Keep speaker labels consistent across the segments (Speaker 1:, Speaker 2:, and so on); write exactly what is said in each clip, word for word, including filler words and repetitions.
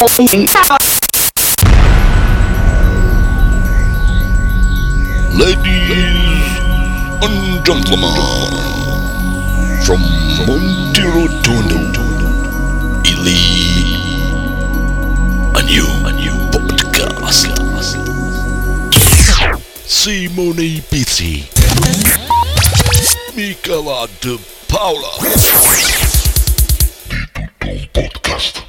Speaker 1: Ladies and gentlemen, from Monte Rotondo, Italy, a new, a new podcast. Simone Pizzi, Michela De Paola. Di tutto un podcast.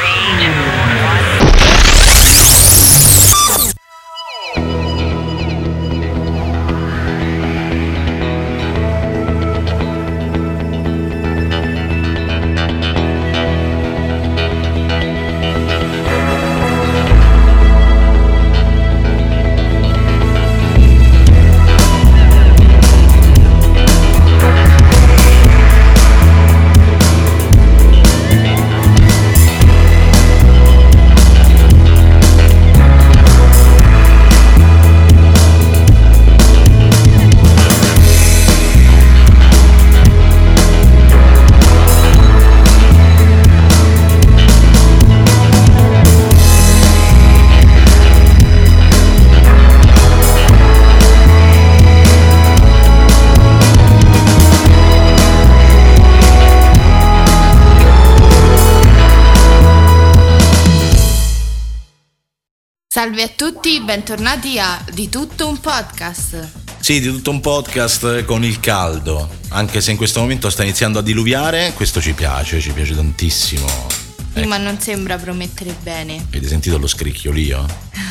Speaker 2: Salve a tutti, bentornati a Di tutto un podcast.
Speaker 3: Sì, di tutto un podcast con il caldo. Anche se in questo momento sta iniziando a diluviare, questo ci piace, ci piace tantissimo.
Speaker 2: Sì,
Speaker 3: ecco.
Speaker 2: Ma non sembra promettere bene.
Speaker 3: Avete sentito lo scricchiolio?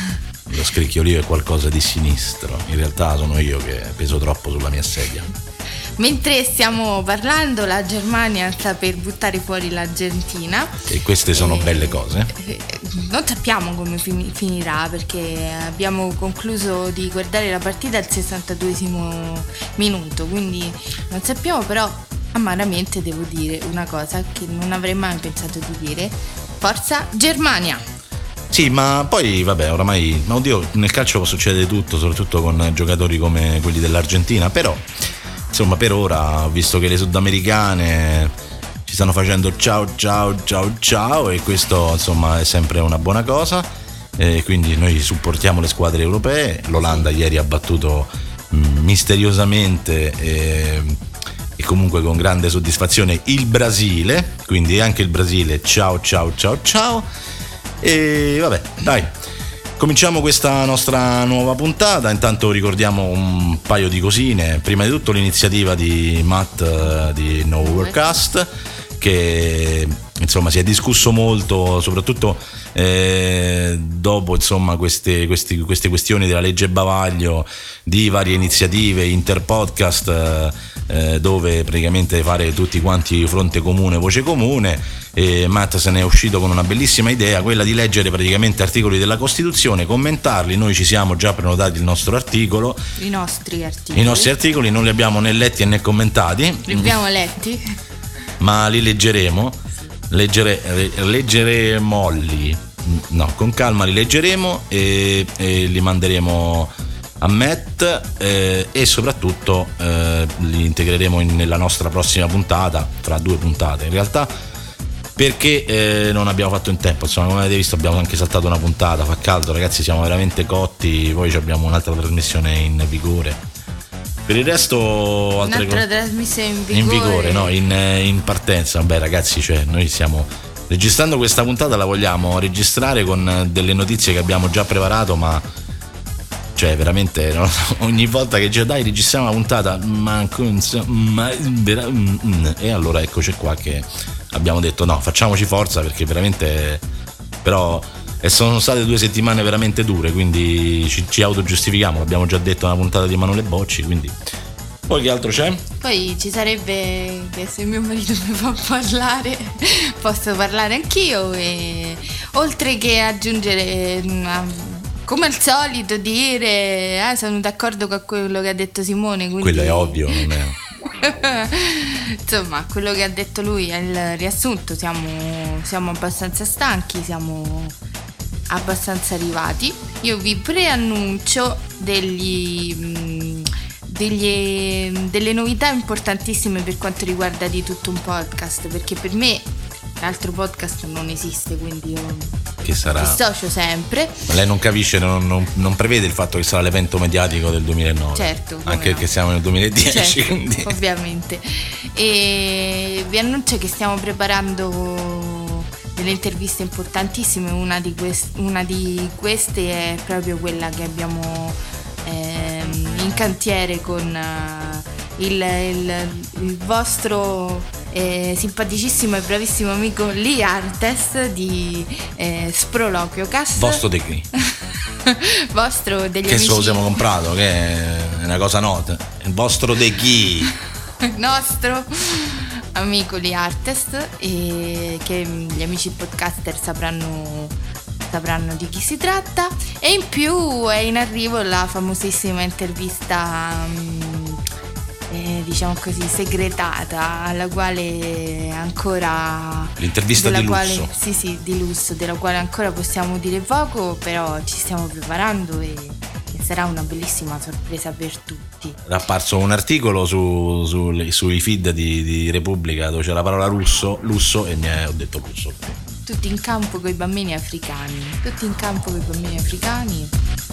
Speaker 3: Lo scricchiolio è qualcosa di sinistro. In realtà sono io che peso troppo sulla mia sedia.
Speaker 2: Mentre stiamo parlando, la Germania sta per buttare fuori l'Argentina.
Speaker 3: E queste sono
Speaker 2: e...
Speaker 3: belle cose.
Speaker 2: Non sappiamo come fin- finirà, perché abbiamo concluso di guardare la partita al sessantaduesimo minuto, quindi non sappiamo, però amaramente devo dire una cosa che non avrei mai pensato di dire: forza Germania!
Speaker 3: Sì, ma poi vabbè, oramai, ma oddio, nel calcio può succedere tutto, soprattutto con giocatori come quelli dell'Argentina, però insomma per ora ho visto che le sudamericane ci stanno facendo ciao ciao ciao ciao e questo insomma è sempre una buona cosa, e quindi noi supportiamo le squadre europee. L'Olanda ieri ha battuto mh, misteriosamente e, e comunque con grande soddisfazione il Brasile, quindi anche il Brasile ciao ciao ciao ciao. E vabbè, dai, cominciamo questa nostra nuova puntata. Intanto ricordiamo un paio di cosine. Prima di tutto l'iniziativa di Matt uh, di No Workcast, che insomma si è discusso molto, soprattutto eh, dopo insomma queste, questi, queste questioni della legge bavaglio, di varie iniziative interpodcast eh, dove praticamente fare tutti quanti fronte comune, voce comune. E Matt se ne è uscito con una bellissima idea, quella di leggere praticamente articoli della Costituzione, commentarli. Noi ci siamo già prenotati il nostro articolo,
Speaker 2: i nostri articoli
Speaker 3: i nostri articoli non li abbiamo né letti né commentati,
Speaker 2: li abbiamo letti,
Speaker 3: ma li leggeremo leggere, leggeremoli no, con calma li leggeremo e, e li manderemo a Matt eh, e soprattutto eh, li integreremo in, nella nostra prossima puntata, fra due puntate in realtà, perché eh, non abbiamo fatto in tempo. Insomma, come avete visto abbiamo anche saltato una puntata, fa caldo ragazzi, siamo veramente cotti, poi abbiamo un'altra trasmissione in vigore. Per il resto altre
Speaker 2: un'altra
Speaker 3: co-
Speaker 2: trasmissione in vigore,
Speaker 3: in vigore no, in, in partenza. Vabbè ragazzi, cioè noi stiamo registrando questa puntata, la vogliamo registrare con delle notizie che abbiamo già preparato, ma cioè veramente no? Ogni volta che dice dai registriamo una puntata ma, ma, e allora eccoci qua che abbiamo detto no, facciamoci forza, perché veramente però e sono state due settimane veramente dure, quindi ci, ci autogiustifichiamo, l'abbiamo già detto nella puntata di Emanuele Bocci, quindi poi che altro c'è?
Speaker 2: Poi ci sarebbe che se mio marito mi fa parlare posso parlare anch'io, e oltre che aggiungere una, come al solito dire eh, sono d'accordo con quello che ha detto Simone, quindi...
Speaker 3: quello è ovvio, non è
Speaker 2: insomma quello che ha detto lui è il riassunto. Siamo, siamo abbastanza stanchi, siamo abbastanza arrivati. Io vi preannuncio degli, mh, degli, delle novità importantissime per quanto riguarda Di tutto un podcast, perché per me l'altro podcast non esiste, quindi io
Speaker 3: Che sarà?
Speaker 2: dissocio sempre.
Speaker 3: Ma lei non capisce, non, non, non prevede il fatto che sarà l'evento mediatico del duemilanove.
Speaker 2: Certo, come
Speaker 3: anche
Speaker 2: no.
Speaker 3: perché siamo nel duemiladieci,
Speaker 2: Certo,
Speaker 3: quindi
Speaker 2: ovviamente. E vi annuncio che stiamo preparando delle interviste importantissime. Una di, quest- una di queste è proprio quella che abbiamo ehm, in cantiere con eh, il, il, il vostro eh, simpaticissimo e bravissimo amico Lee Artes di eh, Sproloquiocast.
Speaker 3: vostro De Chi,
Speaker 2: vostro degli
Speaker 3: che
Speaker 2: amici
Speaker 3: se lo siamo comprato, che è una cosa nota. Il vostro De Chi.
Speaker 2: nostro amico Lee Artes, e che gli amici podcaster sapranno sapranno di chi si tratta. E in più è in arrivo la famosissima intervista um, eh, diciamo così segretata, alla quale ancora
Speaker 3: L'intervista
Speaker 2: della
Speaker 3: di
Speaker 2: quale,
Speaker 3: lusso.
Speaker 2: sì sì di lusso, della quale ancora possiamo dire poco, però ci stiamo preparando e sarà una bellissima sorpresa per tutti.
Speaker 3: È apparso un articolo su, su, sui feed di, di Repubblica dove c'è la parola russo, lusso, e mi è, ho detto lusso.
Speaker 2: Tutti in campo con i bambini africani. Tutti in campo con i bambini africani.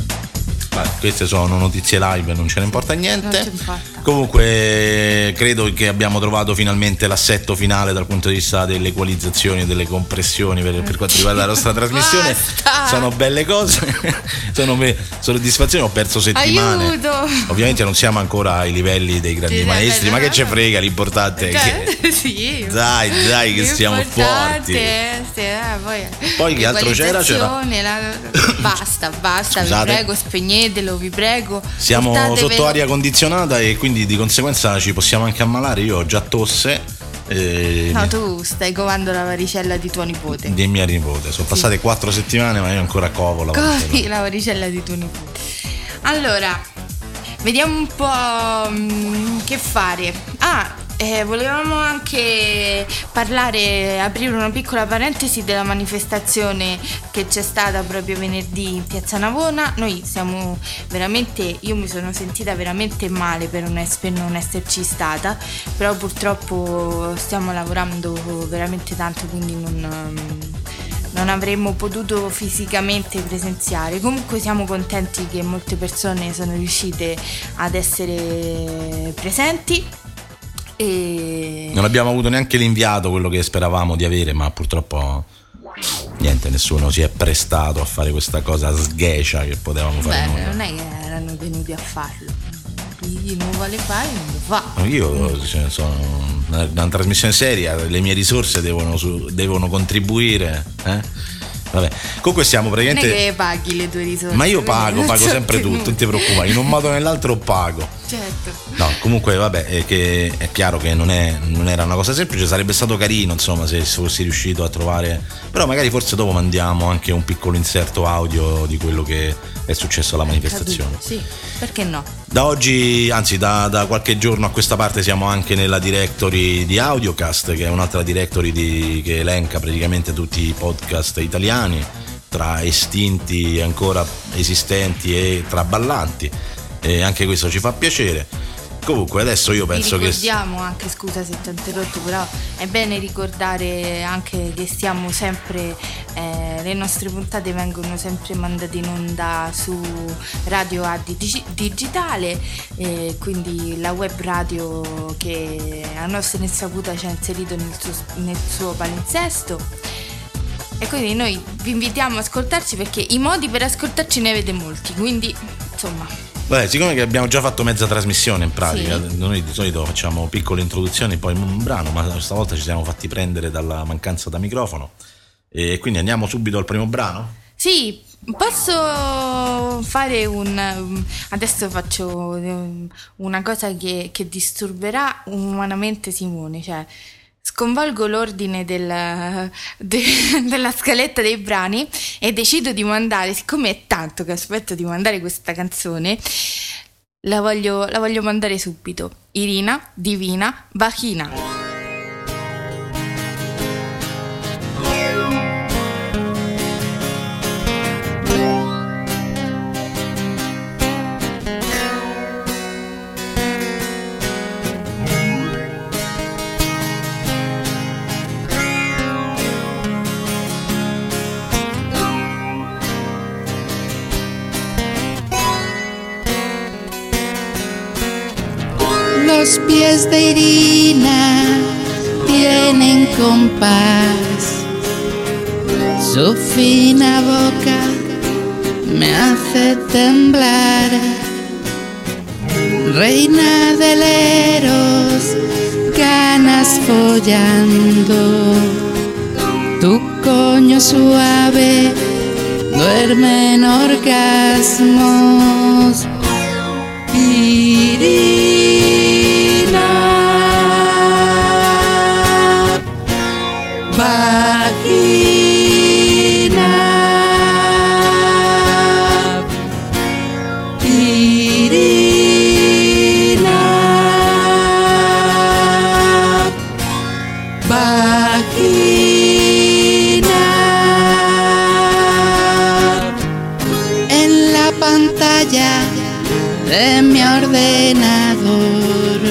Speaker 3: Ma queste sono notizie live, non ce ne importa niente.
Speaker 2: Non ci importa.
Speaker 3: Comunque credo che abbiamo trovato finalmente l'assetto finale dal punto di vista delle equalizzazioni e delle compressioni per, per quanto riguarda la nostra trasmissione.
Speaker 2: Basta!
Speaker 3: Sono belle cose, sono me- soddisfazioni, ho perso settimane.
Speaker 2: Aiuto!
Speaker 3: Ovviamente non siamo ancora ai livelli dei grandi
Speaker 2: Sì,
Speaker 3: maestri,
Speaker 2: no,
Speaker 3: ma
Speaker 2: no,
Speaker 3: che ce
Speaker 2: no.
Speaker 3: frega, l'importante è
Speaker 2: Cioè,
Speaker 3: che
Speaker 2: sì.
Speaker 3: dai, dai che siamo forti.
Speaker 2: L'importante, sì, eh, poi
Speaker 3: Poi che altro c'era? C'era-
Speaker 2: l'equalizzazione, la- Basta, basta,
Speaker 3: Scusate.
Speaker 2: vi prego, spegnetelo, vi prego.
Speaker 3: Siamo
Speaker 2: Portatevelo.
Speaker 3: sotto aria condizionata e quindi di conseguenza ci possiamo anche ammalare. Io ho già tosse. E
Speaker 2: No, tu stai covando la varicella di tuo nipote.
Speaker 3: di mia nipote. Sono passate quattro settimane, ma io ancora covo la
Speaker 2: Covi
Speaker 3: varicella.
Speaker 2: la varicella di tuo nipote. Allora, vediamo un po' mm, che fare. Ah, eh, volevamo anche parlare, aprire una piccola parentesi della manifestazione che c'è stata proprio venerdì in Piazza Navona. Noi siamo veramente, io mi sono sentita veramente male per non, es- per non esserci stata, però purtroppo stiamo lavorando veramente tanto, quindi non... non avremmo potuto fisicamente presenziare. Comunque siamo contenti che molte persone sono riuscite ad essere presenti e
Speaker 3: Non abbiamo avuto neanche l'inviato, quello che speravamo di avere, ma purtroppo niente, nessuno si è prestato a fare questa cosa sghecia che potevamo fare
Speaker 2: beh,
Speaker 3: noi.
Speaker 2: non è che erano venuti a farlo. Chi non vuole fare non lo fa.
Speaker 3: Io cioè, sono una, una trasmissione seria, le mie risorse devono, su- devono contribuire. Eh? Vabbè. Comunque stiamo
Speaker 2: Non è
Speaker 3: praticamente.
Speaker 2: che paghi le tue risorse.
Speaker 3: Ma io
Speaker 2: quindi
Speaker 3: pago,
Speaker 2: non
Speaker 3: pago
Speaker 2: so
Speaker 3: sempre
Speaker 2: che
Speaker 3: tutto,
Speaker 2: non-
Speaker 3: non ti preoccupare, in un modo o nell'altro pago.
Speaker 2: Certo.
Speaker 3: No, comunque vabbè, è, che è chiaro che non, è, non era una cosa semplice, sarebbe stato carino insomma se fossi riuscito a trovare, però magari forse dopo mandiamo anche un piccolo inserto audio di quello che è successo alla manifestazione.
Speaker 2: Sì, perché no?
Speaker 3: Da oggi, anzi da, da qualche giorno a questa parte siamo anche nella directory di Audiocast, che è un'altra directory di, che elenca praticamente tutti i podcast italiani, tra estinti, ancora esistenti e traballanti, e anche questo ci fa piacere. Comunque adesso io penso
Speaker 2: Vi
Speaker 3: che
Speaker 2: ricordiamo anche, scusa se ti ho interrotto, però è bene ricordare anche che stiamo sempre, eh, le nostre puntate vengono sempre mandate in onda su Radio A Digi- Digitale, eh, quindi la web radio che a nostra insaputa ci ha inserito nel suo, nel suo palinsesto. E quindi noi vi invitiamo ad ascoltarci, perché i modi per ascoltarci ne avete molti, quindi insomma.
Speaker 3: Beh, siccome che abbiamo già fatto mezza trasmissione in pratica,
Speaker 2: Sì.
Speaker 3: noi di solito facciamo piccole introduzioni, poi un brano, ma stavolta ci siamo fatti prendere dalla mancanza da microfono, e quindi andiamo subito al primo brano?
Speaker 2: Sì, posso fare un... Adesso faccio um, una cosa che, che disturberà umanamente Simone, cioè sconvolgo l'ordine del, de- della scaletta dei brani e decido di mandare, siccome è tanto che aspetto di mandare questa canzone, la voglio, la voglio mandare subito. Irina, Divina, Vagina.
Speaker 4: Los pies de Irina tienen compás, su fina boca me hace temblar. Reina del Eros, ganas follando, tu coño suave duerme en orgasmos. Irina, vagina, Irina, vagina. En la pantalla de mi ordenador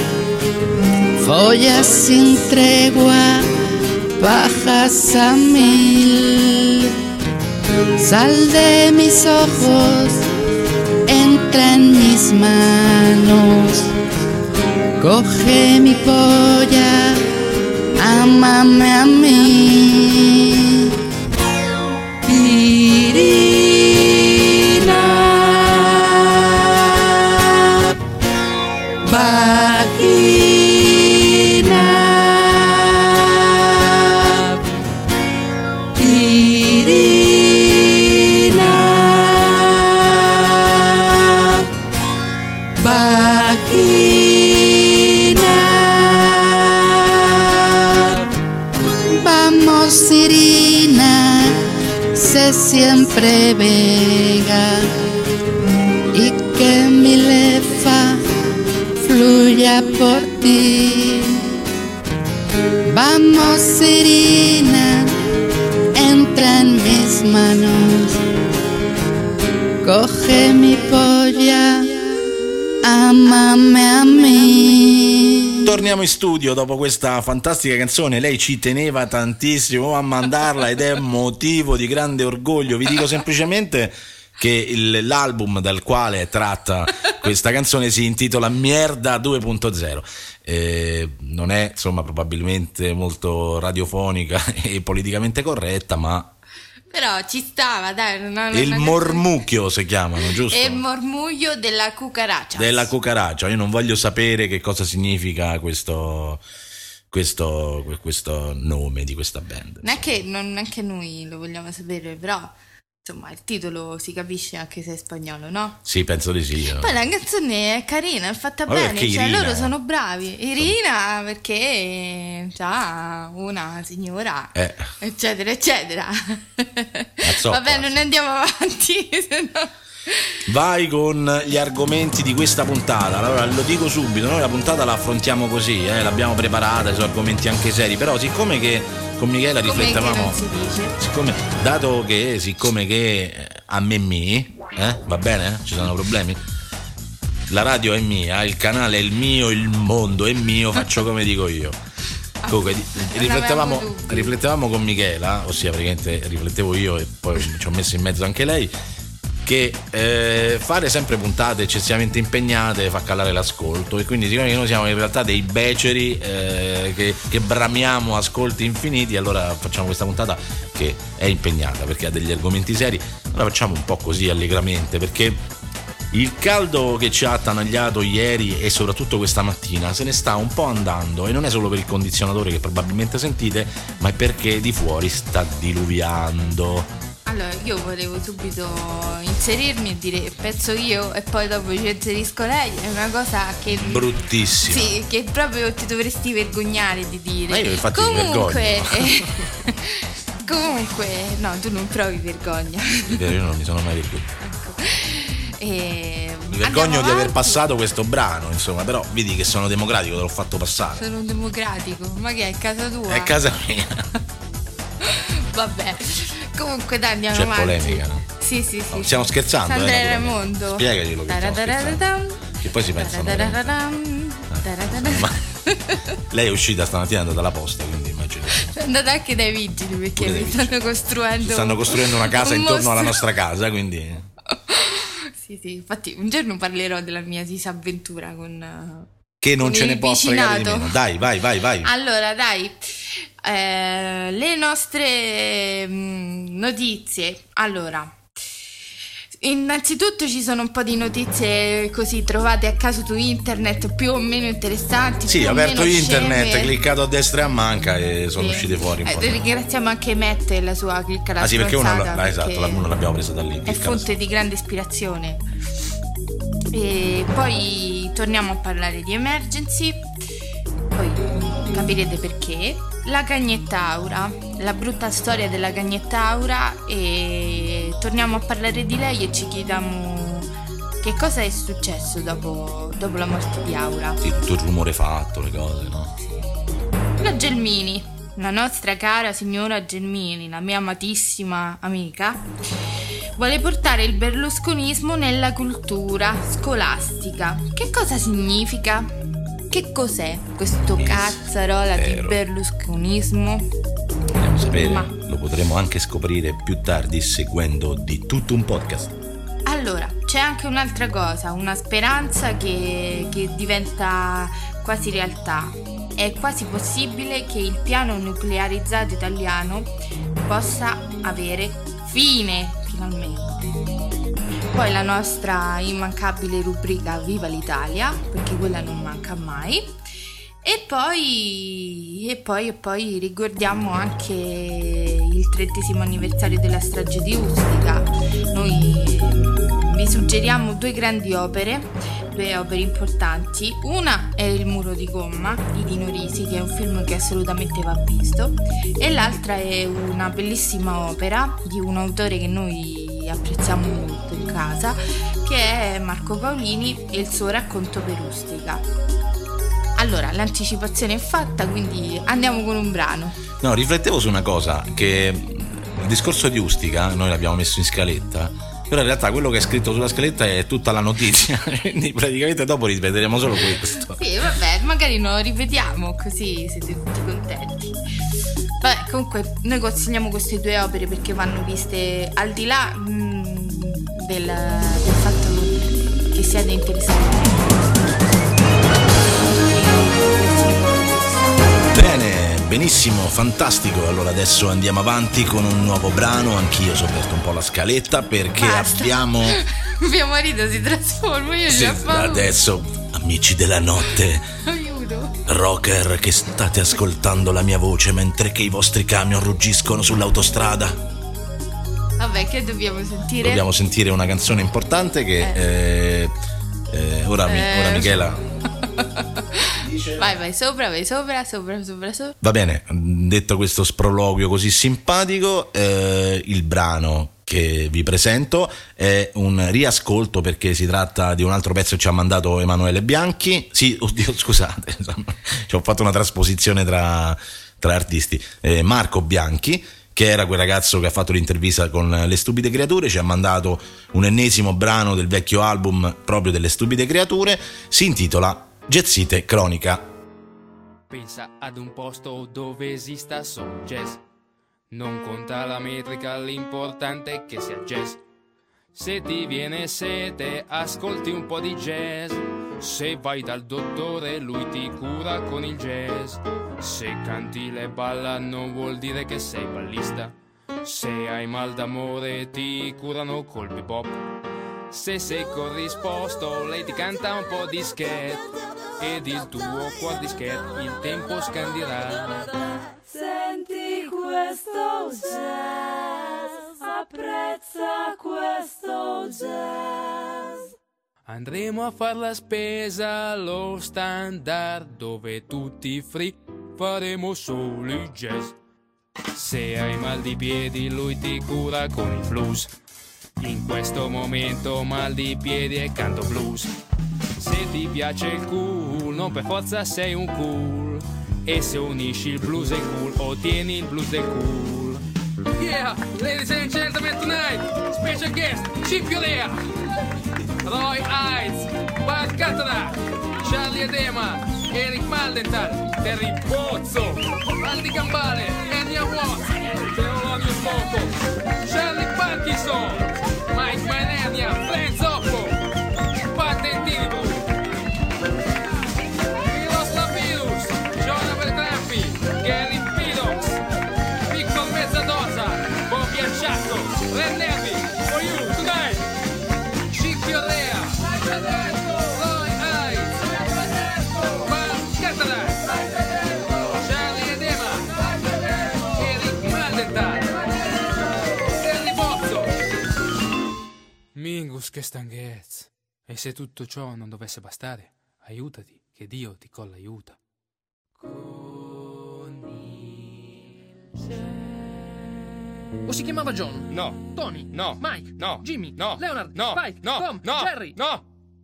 Speaker 4: follas sin tregua, bajas a mil. Sal de mis ojos, entra en mis manos, coge mi polla, ámame a mí. Irina, vagina, Irina, vagina. Vamos, Irina, sé siempre vega y que mi lefa fluya por ti. Vamos, Irina, entra en mis manos, coge mi polla, amame a me.
Speaker 3: Torniamo in studio dopo questa fantastica canzone. Lei ci teneva tantissimo a mandarla ed è motivo di grande orgoglio. Vi dico semplicemente che il, l'album dal quale è tratta questa canzone si intitola Mierda due punto zero. Eh, non è insomma probabilmente molto radiofonica e politicamente corretta, ma
Speaker 2: però ci stava, dai. Non, non
Speaker 3: il
Speaker 2: non
Speaker 3: mormucchio si chiamano, giusto?
Speaker 2: È il mormuglio della cucaraccia.
Speaker 3: Della cucaraccia. Io non voglio sapere che cosa significa questo questo, questo nome di questa band.
Speaker 2: Non è che non è che noi lo vogliamo sapere, però insomma il titolo si capisce anche se è spagnolo, no?
Speaker 3: Sì, penso di sì.
Speaker 2: Poi la canzone è carina, è fatta
Speaker 3: Ma
Speaker 2: bene,
Speaker 3: perché
Speaker 2: cioè
Speaker 3: Irina?
Speaker 2: loro sono bravi. Irina perché già una signora,
Speaker 3: Eh.
Speaker 2: eccetera, eccetera.
Speaker 3: zoppa.
Speaker 2: Vabbè, non andiamo avanti, sennò...
Speaker 3: Vai con gli argomenti di questa puntata. Allora lo dico subito, noi la puntata la affrontiamo così, eh, l'abbiamo preparata, sono argomenti anche seri, però siccome che con Michela
Speaker 2: Come che
Speaker 3: riflettavamo,
Speaker 2: non si dice?
Speaker 3: siccome, dato che siccome che eh, a me mi, eh, va bene? Ci sono problemi? La radio è mia, il canale è il mio, il mondo è mio, faccio come dico io. Comunque di- riflettevamo,
Speaker 2: avevamo dubbi.
Speaker 3: riflettevamo con Michela, ossia praticamente riflettevo io e poi ci ho messo in mezzo anche lei, che eh, fare sempre puntate eccessivamente impegnate fa calare l'ascolto, e quindi siccome che noi siamo in realtà dei beceri eh, che, che bramiamo ascolti infiniti, allora facciamo questa puntata che è impegnata perché ha degli argomenti seri. Allora facciamo un po' così allegramente, perché il caldo che ci ha attanagliato ieri e soprattutto questa mattina se ne sta un po' andando, e non è solo per il condizionatore che probabilmente sentite, ma è perché di fuori sta diluviando.
Speaker 2: Allora, io volevo subito inserirmi e dire pezzo io e poi dopo ci inserisco lei, è una cosa che...
Speaker 3: Bruttissima.
Speaker 2: Sì, che proprio ti dovresti vergognare di dire.
Speaker 3: Ma io infatti mi
Speaker 2: Comunque,
Speaker 3: vergogno.
Speaker 2: eh, comunque, no, tu non provi vergogna.
Speaker 3: Io non mi sono mai vergognato.
Speaker 2: Ecco. E
Speaker 3: Mi vergogno di aver passato questo brano, insomma, però vedi che sono democratico, te l'ho fatto passare.
Speaker 2: Sono democratico, ma che è casa tua?
Speaker 3: È casa mia.
Speaker 2: Vabbè. Comunque dai, andiamo
Speaker 3: C'è
Speaker 2: avanti.
Speaker 3: polemica, no?
Speaker 2: Sì, sì, sì.
Speaker 3: No, stiamo scherzando,
Speaker 2: Sandra
Speaker 3: eh,
Speaker 2: e
Speaker 3: naturalmente.
Speaker 2: Raimondo.
Speaker 3: Spiegaglielo che stiamo scherzando. Che poi si pensano
Speaker 2: Tararararam, tararararam.
Speaker 3: Ma lei è uscita stamattina, è andata alla posta, quindi immagino.
Speaker 2: È andata anche dai vigili perché
Speaker 3: Pure dai
Speaker 2: mi stanno costruendo
Speaker 3: Stanno costruendo una casa
Speaker 2: un
Speaker 3: intorno alla
Speaker 2: mostro.
Speaker 3: nostra casa, quindi
Speaker 2: Sì, sì, infatti un giorno parlerò della mia disavventura con,
Speaker 3: che non
Speaker 2: con
Speaker 3: ce
Speaker 2: il
Speaker 3: ne può fregare di
Speaker 2: vicinato.
Speaker 3: meno. Dai, vai, vai, vai.
Speaker 2: Allora, dai, eh, le nostre mh, notizie. Allora, innanzitutto ci sono un po' di notizie così trovate a caso su internet, più o meno interessanti.
Speaker 3: Sì,
Speaker 2: più
Speaker 3: ho
Speaker 2: o
Speaker 3: aperto
Speaker 2: meno
Speaker 3: internet,
Speaker 2: sceme.
Speaker 3: cliccato a destra e a manca e sono
Speaker 2: Sì.
Speaker 3: uscite fuori un
Speaker 2: Eh,
Speaker 3: po'.
Speaker 2: ringraziamo anche Matt e la sua clicca
Speaker 3: Ah sì, perché una,
Speaker 2: stronzata,
Speaker 3: la, esatto,
Speaker 2: perché
Speaker 3: la, una l'abbiamo presa da lì.
Speaker 2: è
Speaker 3: cliccata.
Speaker 2: fonte di grande ispirazione. E poi torniamo a parlare di Emergency, poi capirete perché. La Cagnettaura, la brutta storia della Cagnettaura, e torniamo a parlare di lei e ci chiediamo che cosa è successo dopo, dopo la morte di Aura.
Speaker 3: Sì, tutto il rumore fatto, le cose, no?
Speaker 2: La Gelmini, la nostra cara signora Gelmini, la mia amatissima amica, vuole portare il berlusconismo nella cultura scolastica. Che cosa significa? Che cos'è questo cazzarola di
Speaker 3: Mistero.
Speaker 2: berlusconismo?
Speaker 3: Vogliamo sapere?
Speaker 2: Ma-
Speaker 3: Lo potremo anche scoprire più tardi seguendo di tutto un podcast.
Speaker 2: Allora, c'è anche un'altra cosa, una speranza che, che diventa quasi realtà. È quasi possibile che il piano nuclearizzato italiano possa avere fine, finalmente. Poi la nostra immancabile rubrica Viva l'Italia, perché quella non manca mai. E poi, e poi, e poi ricordiamo anche il trentesimo anniversario della strage di Ustica. Noi vi suggeriamo due grandi opere, due opere importanti. Una è Il muro di gomma di Dino Risi, che è un film che assolutamente va visto, e l'altra è una bellissima opera di un autore che noi apprezziamo molto in casa, che è Marco Paolini e il suo racconto per Ustica. Allora, l'anticipazione è fatta, quindi andiamo con un brano.
Speaker 3: No, riflettevo su una cosa, che il discorso di Ustica noi l'abbiamo messo in scaletta, però in realtà quello che è scritto sulla scaletta è tutta la notizia, quindi praticamente dopo ripeteremo solo questo.
Speaker 2: Sì, vabbè, magari non lo ripetiamo, così siete tutti contenti. Vabbè, comunque noi consigliamo queste due opere perché vanno viste al di là mh, del, del fatto che siate interessati.
Speaker 3: Bene, benissimo, fantastico. Allora adesso andiamo avanti con un nuovo brano. Anch'io sopperto un po' la scaletta perché
Speaker 2: Basta.
Speaker 3: abbiamo...
Speaker 2: Mio marito si trasforma, io
Speaker 3: Sì,
Speaker 2: ce la faccio.
Speaker 3: adesso, amici della notte,
Speaker 2: Aiuto.
Speaker 3: rocker che state ascoltando la mia voce mentre che i vostri camion ruggiscono sull'autostrada,
Speaker 2: Vabbè, che dobbiamo sentire?
Speaker 3: dobbiamo sentire una canzone importante che eh, eh, ora, mi-
Speaker 2: Eh.
Speaker 3: ora Michela
Speaker 2: Vai, vai sopra, vai sopra, sopra, sopra, sopra.
Speaker 3: va bene. Detto questo sproloquio così simpatico, eh, il brano che vi presento è un riascolto perché si tratta di un altro pezzo che ci ha mandato Emanuele Bianchi. Sì, oddio, scusate, insomma, ci ho fatto una trasposizione tra, tra artisti. Eh, Marco Bianchi, che era quel ragazzo che ha fatto l'intervista con Le Stupide Creature, ci ha mandato un ennesimo brano del vecchio album proprio delle Stupide Creature, si intitola Jazzite Cronica.
Speaker 5: Pensa ad un posto dove esista solo jazz. Non conta la metrica, l'importante è che sia jazz. Se ti viene sete, ascolti un po' di jazz. Se vai dal dottore, lui ti cura con il jazz. Se canti le balla, non vuol dire che sei ballista. Se hai mal d'amore, ti curano col bebop. Se sei corrisposto, lei ti canta un po' di scherzo. Ed il tuo cuor di scherzo il tempo scandirà.
Speaker 6: Senti questo jazz, apprezza questo jazz.
Speaker 5: Andremo a far la spesa allo Standard, dove tutti free faremo solo il jazz. Se hai mal di piedi, lui ti cura con il blues. In questo momento mal di piedi e canto blues. Se ti piace il cool, non per forza sei un cool. E se unisci il blues e il cool, ottieni il blues del cool. Yeah, ladies and gentlemen, tonight, special guest, Cipio Lea, Roy Heights, Bart Catara, Charlie Edema, Eric Maldenthal, Terry Pozzo, Aldi Gambale, Enya Watts, Teolonio Smoco, Charlie Parkinson, Mike Manernia, Fran Zoppo, Patentini Blu. Cazzo! Rennervi! For you, tonight! Cicchiorea! Roy Eyes! Mark Catalan! Charlie Edema! Eric Maldenthal! Terry Bozzo! Mingus, che stanchezza! E se tutto ciò non dovesse bastare, aiutati, che Dio ti colla aiuta.
Speaker 7: O si chiamava John?
Speaker 5: No.
Speaker 7: Tony?
Speaker 5: No.
Speaker 7: Mike?
Speaker 5: No.
Speaker 7: Jimmy?
Speaker 5: No.
Speaker 7: Leonard?
Speaker 5: No.
Speaker 7: Spike?
Speaker 5: No.
Speaker 7: Tom?
Speaker 5: No.
Speaker 7: Jerry?
Speaker 5: No.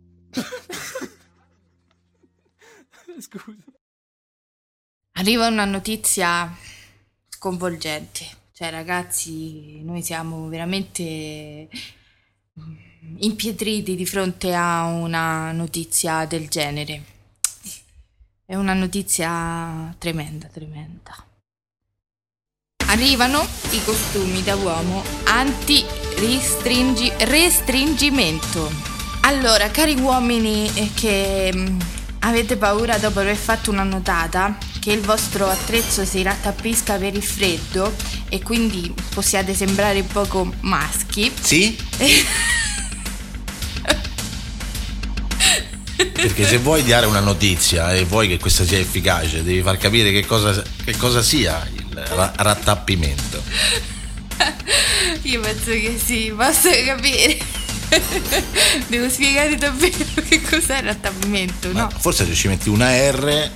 Speaker 5: Scusa.
Speaker 2: Arriva una notizia sconvolgente. Cioè, ragazzi, noi siamo veramente impietriti di fronte a una notizia del genere. È una notizia tremenda, tremenda. Arrivano i costumi da uomo anti-restringimento. Allora, cari uomini che mh, avete paura dopo aver fatto una notata che il vostro attrezzo si rattappisca per il freddo e quindi possiate sembrare poco maschi.
Speaker 3: Sì? Perché se vuoi dare una notizia e vuoi che questa sia efficace, devi far capire che cosa, che cosa sia il ra- rattappimento.
Speaker 2: Io penso che sì, posso capire. Devo spiegare davvero che cos'è il rattappimento,
Speaker 3: Ma
Speaker 2: no?
Speaker 3: forse se ci metti una R.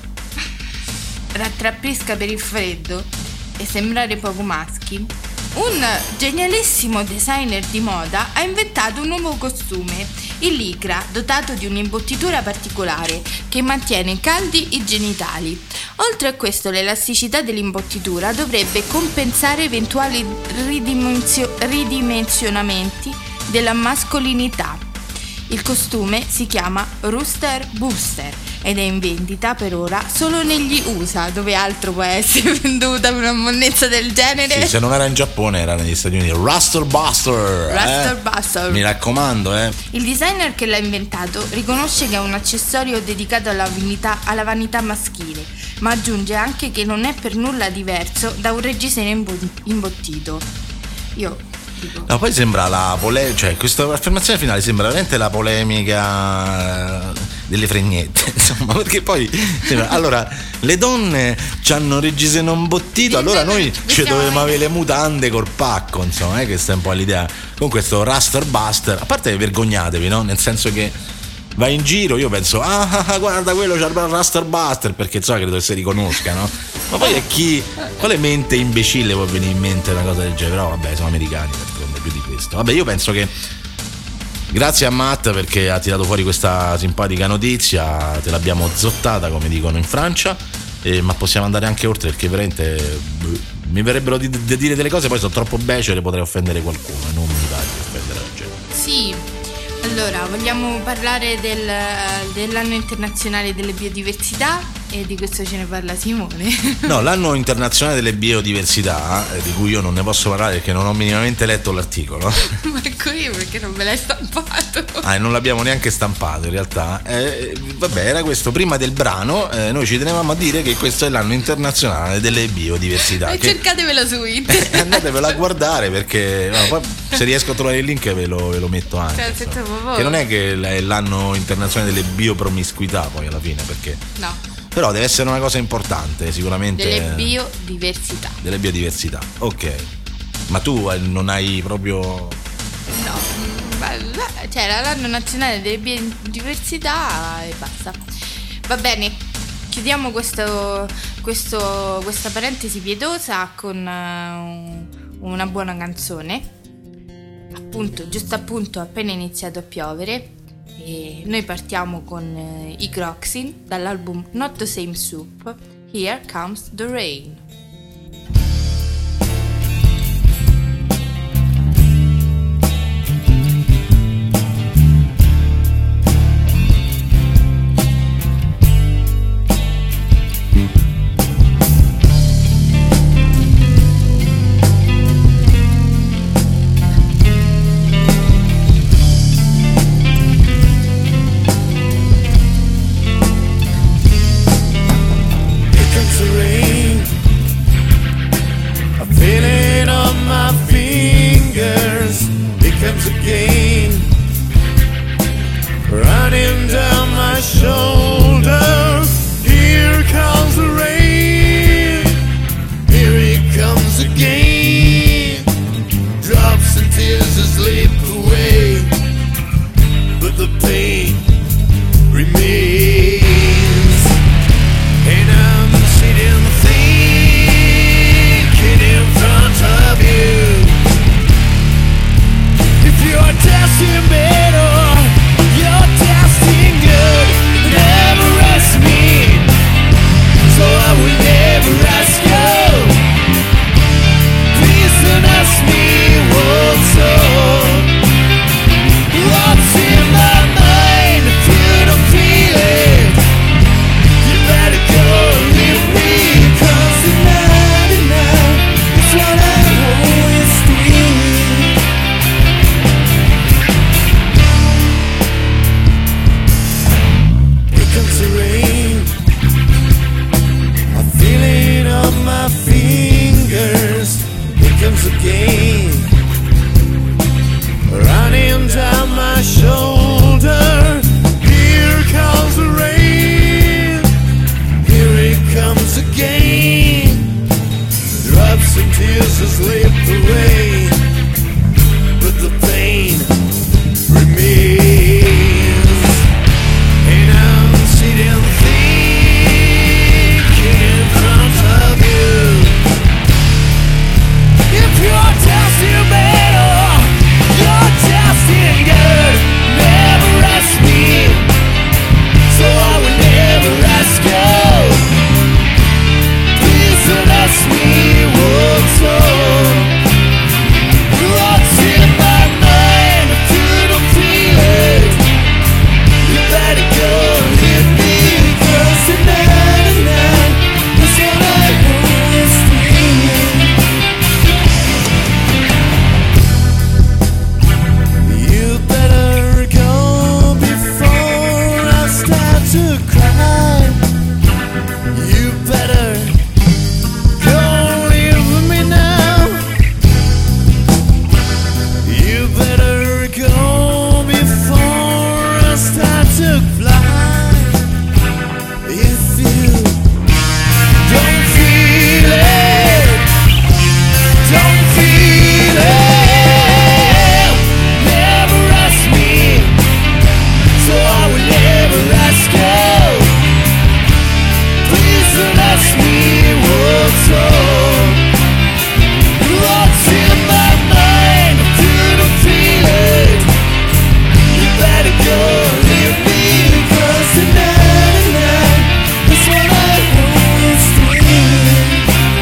Speaker 2: Rattrappisca per il freddo e sembrare poco maschi. Un genialissimo designer di moda ha inventato un nuovo costume, il lycra, dotato di un'imbottitura particolare che mantiene caldi i genitali. Oltre a questo, l'elasticità dell'imbottitura dovrebbe compensare eventuali ridimensio- ridimensionamenti della mascolinità. Il costume si chiama Rooster Booster ed è in vendita per ora solo negli U S A, dove altro può essere venduta una monnezza del genere?
Speaker 3: Sì, se non era in Giappone era negli Stati Uniti. Rooster Buster!
Speaker 2: Rooster
Speaker 3: eh?
Speaker 2: Buster.
Speaker 3: Mi raccomando, eh.
Speaker 2: Il designer che l'ha inventato riconosce che è un accessorio dedicato alla vanità, alla vanità maschile, ma aggiunge anche che non è per nulla diverso da un reggiseno imbo- imbottito. Io dico...
Speaker 3: No, poi sembra la polemica, cioè questa affermazione finale sembra veramente la polemica delle fregnette, insomma, perché poi sembra, allora le donne ci hanno reggiseno imbottito, allora noi ci dovevamo avere le mutande col pacco, insomma, eh, che sta un po' l'idea. Con questo Rooster Buster, a parte vergognatevi, no? Nel senso che vai in giro, io penso, ah, ah guarda quello c'ha il Rooster Buster, perché insomma credo che si riconosca, no? Ma poi è chi, quale mente imbecille può venire in mente una cosa del genere? Però vabbè, sono americani, d'altronde, più di questo. Vabbè, io penso che grazie a Matt perché ha tirato fuori questa simpatica notizia, te l'abbiamo zottata come dicono in Francia, eh, ma possiamo andare anche oltre perché veramente beh, mi verrebbero di, di dire delle cose, poi sono troppo becere, potrei offendere qualcuno e non mi pare di offendere la gente.
Speaker 2: Sì, allora vogliamo parlare del, dell'anno internazionale delle biodiversità e di questo ce ne parla Simone.
Speaker 3: No, l'anno internazionale delle biodiversità, eh, di cui io non ne posso parlare perché non ho minimamente letto l'articolo.
Speaker 2: Ma ecco io perché non me l'hai stampato.
Speaker 3: Ah, e non l'abbiamo neanche stampato in realtà. Eh, vabbè, era questo. Prima del brano, eh, noi ci tenevamo a dire che questo è l'anno internazionale delle biodiversità.
Speaker 2: E
Speaker 3: che...
Speaker 2: cercatevelo su internet.
Speaker 3: Andatevelo a guardare perché no, poi se riesco a trovare il link ve lo, ve lo metto anche.
Speaker 2: Cioè, senza favore.
Speaker 3: Che non è che è l'anno internazionale delle biopromiscuità poi alla fine, perché
Speaker 2: No.
Speaker 3: però deve essere una cosa importante sicuramente.
Speaker 2: Delle biodiversità.
Speaker 3: Delle biodiversità, ok. Ma tu eh, non hai proprio...
Speaker 2: No, ma la- cioè era l'anno nazionale delle biodiversità e basta. Va bene, chiudiamo questo, questo, questa parentesi pietosa con eh, una buona canzone. Appunto, giusto appunto, appena iniziato a piovere. E noi partiamo con eh, i Croxin dall'album Not the Same Soup. Here Comes the Rain.
Speaker 8: Here comes the rain. again, running down my shoulder. Here comes the rain, here it comes again. Drops and tears that slip away, but the pain remains. And I'm sitting thinking in front of you, if you're testing better, you're testing good. Never ask me, so I will never ask you. Please don't ask me what's up, what's in my mind. If you don't feel it, you better go leave me, 'cause tonight, tonight is what I always dream. Here comes the rain, I feel it on my fingers. Here comes again, running down my shoulder. Here comes the rain, here it comes again. Drops and tears that slip away, but the pain remains. And I'm sitting thinking in front of you, if you're testing better, you're testing good. Never ask me, so I will never ask you. Please don't ask me what's up, what's in my mind. If you don't feel it, you better go leave me, 'cause tonight, tonight is what I always dream. You better go before I start to cry. You better go leave me now. You better go before I start to fly. If you don't feel it, don't feel it, never ask me, so I will never ask you. Please don't ask me what's up, what's in my mind. If you don't feel it, you better go leave me, 'cause tonight, tonight is what I always dream.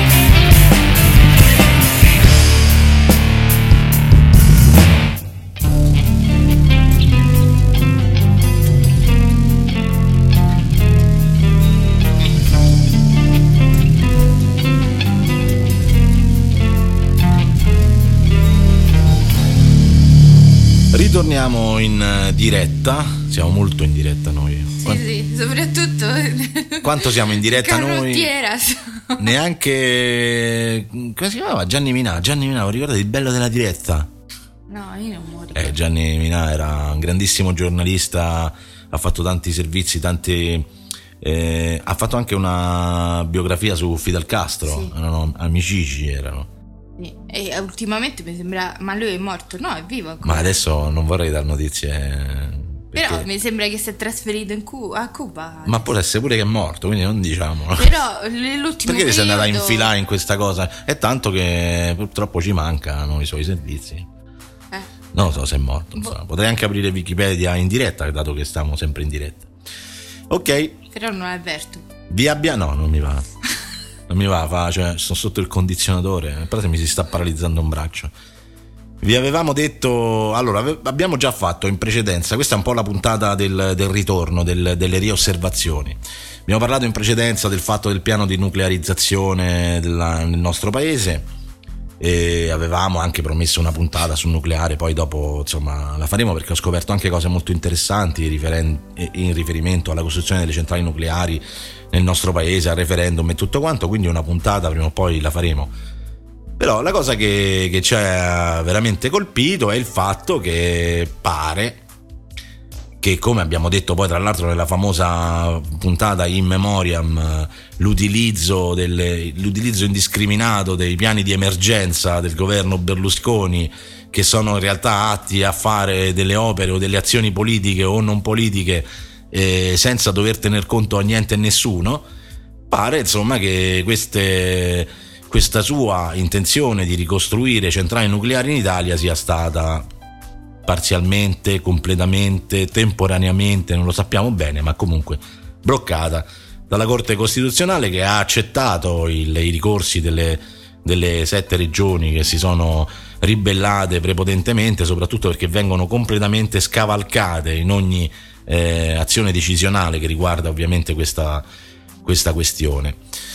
Speaker 3: Ritorniamo in eh, diretta, siamo molto in diretta noi. Qua-
Speaker 2: Sì, sì, soprattutto
Speaker 3: Quanto siamo in diretta noi?
Speaker 2: Carrottiera.
Speaker 3: Neanche, come si chiamava? Gianni Minà. Gianni Minà, vi ricordate il bello della diretta?
Speaker 2: No, io non muoio.
Speaker 3: Eh, Gianni Minà era un grandissimo giornalista, ha fatto tanti servizi, tanti, eh, ha fatto anche una biografia su Fidel Castro,
Speaker 2: Sì.
Speaker 3: erano amici, erano.
Speaker 2: Sì. E ultimamente mi sembra, ma lui è morto? No, è vivo ancora.
Speaker 3: Ma adesso non vorrei dar notizie, perché-
Speaker 2: Però mi sembra che si è trasferito in Cu- a Cuba.
Speaker 3: ma può essere pure che è morto, quindi non diciamolo.
Speaker 2: Però l'ultimo
Speaker 3: Perché sei andata a
Speaker 2: periodo-
Speaker 3: infilare in questa cosa? È tanto che purtroppo ci mancano i suoi servizi.
Speaker 2: Eh.
Speaker 3: Non lo so se è morto, insomma. Potrei anche aprire Wikipedia in diretta, dato che stiamo sempre in diretta. Ok,
Speaker 2: Però non avverto.
Speaker 3: vi abbiamo... No, non mi va. Non mi va, fa, cioè, sono sotto il condizionatore, però mi si sta paralizzando un braccio. Vi avevamo detto, allora ave- abbiamo già fatto in precedenza, questa è un po' la puntata del, del ritorno, del, delle riosservazioni. Abbiamo parlato in precedenza del fatto del piano di nuclearizzazione della, nel nostro paese, e avevamo anche promesso una puntata sul nucleare, poi dopo insomma la faremo, perché ho scoperto anche cose molto interessanti riferen- in riferimento alla costruzione delle centrali nucleari nel nostro paese, al referendum e tutto quanto, quindi una puntata prima o poi la faremo. Però la cosa che, che ci ha veramente colpito è il fatto che pare che, come abbiamo detto poi tra l'altro nella famosa puntata In Memoriam, l'utilizzo, delle, l'utilizzo indiscriminato dei piani di emergenza del governo Berlusconi, che sono in realtà atti a fare delle opere o delle azioni politiche o non politiche eh, senza dover tener conto a niente e nessuno, pare insomma che queste, questa sua intenzione di ricostruire centrali nucleari in Italia sia stata parzialmente, completamente, temporaneamente, non lo sappiamo bene, ma comunque bloccata dalla Corte Costituzionale, che ha accettato il, i ricorsi delle, delle sette regioni che si sono ribellate prepotentemente, soprattutto perché vengono completamente scavalcate in ogni eh, azione decisionale che riguarda ovviamente questa, questa questione.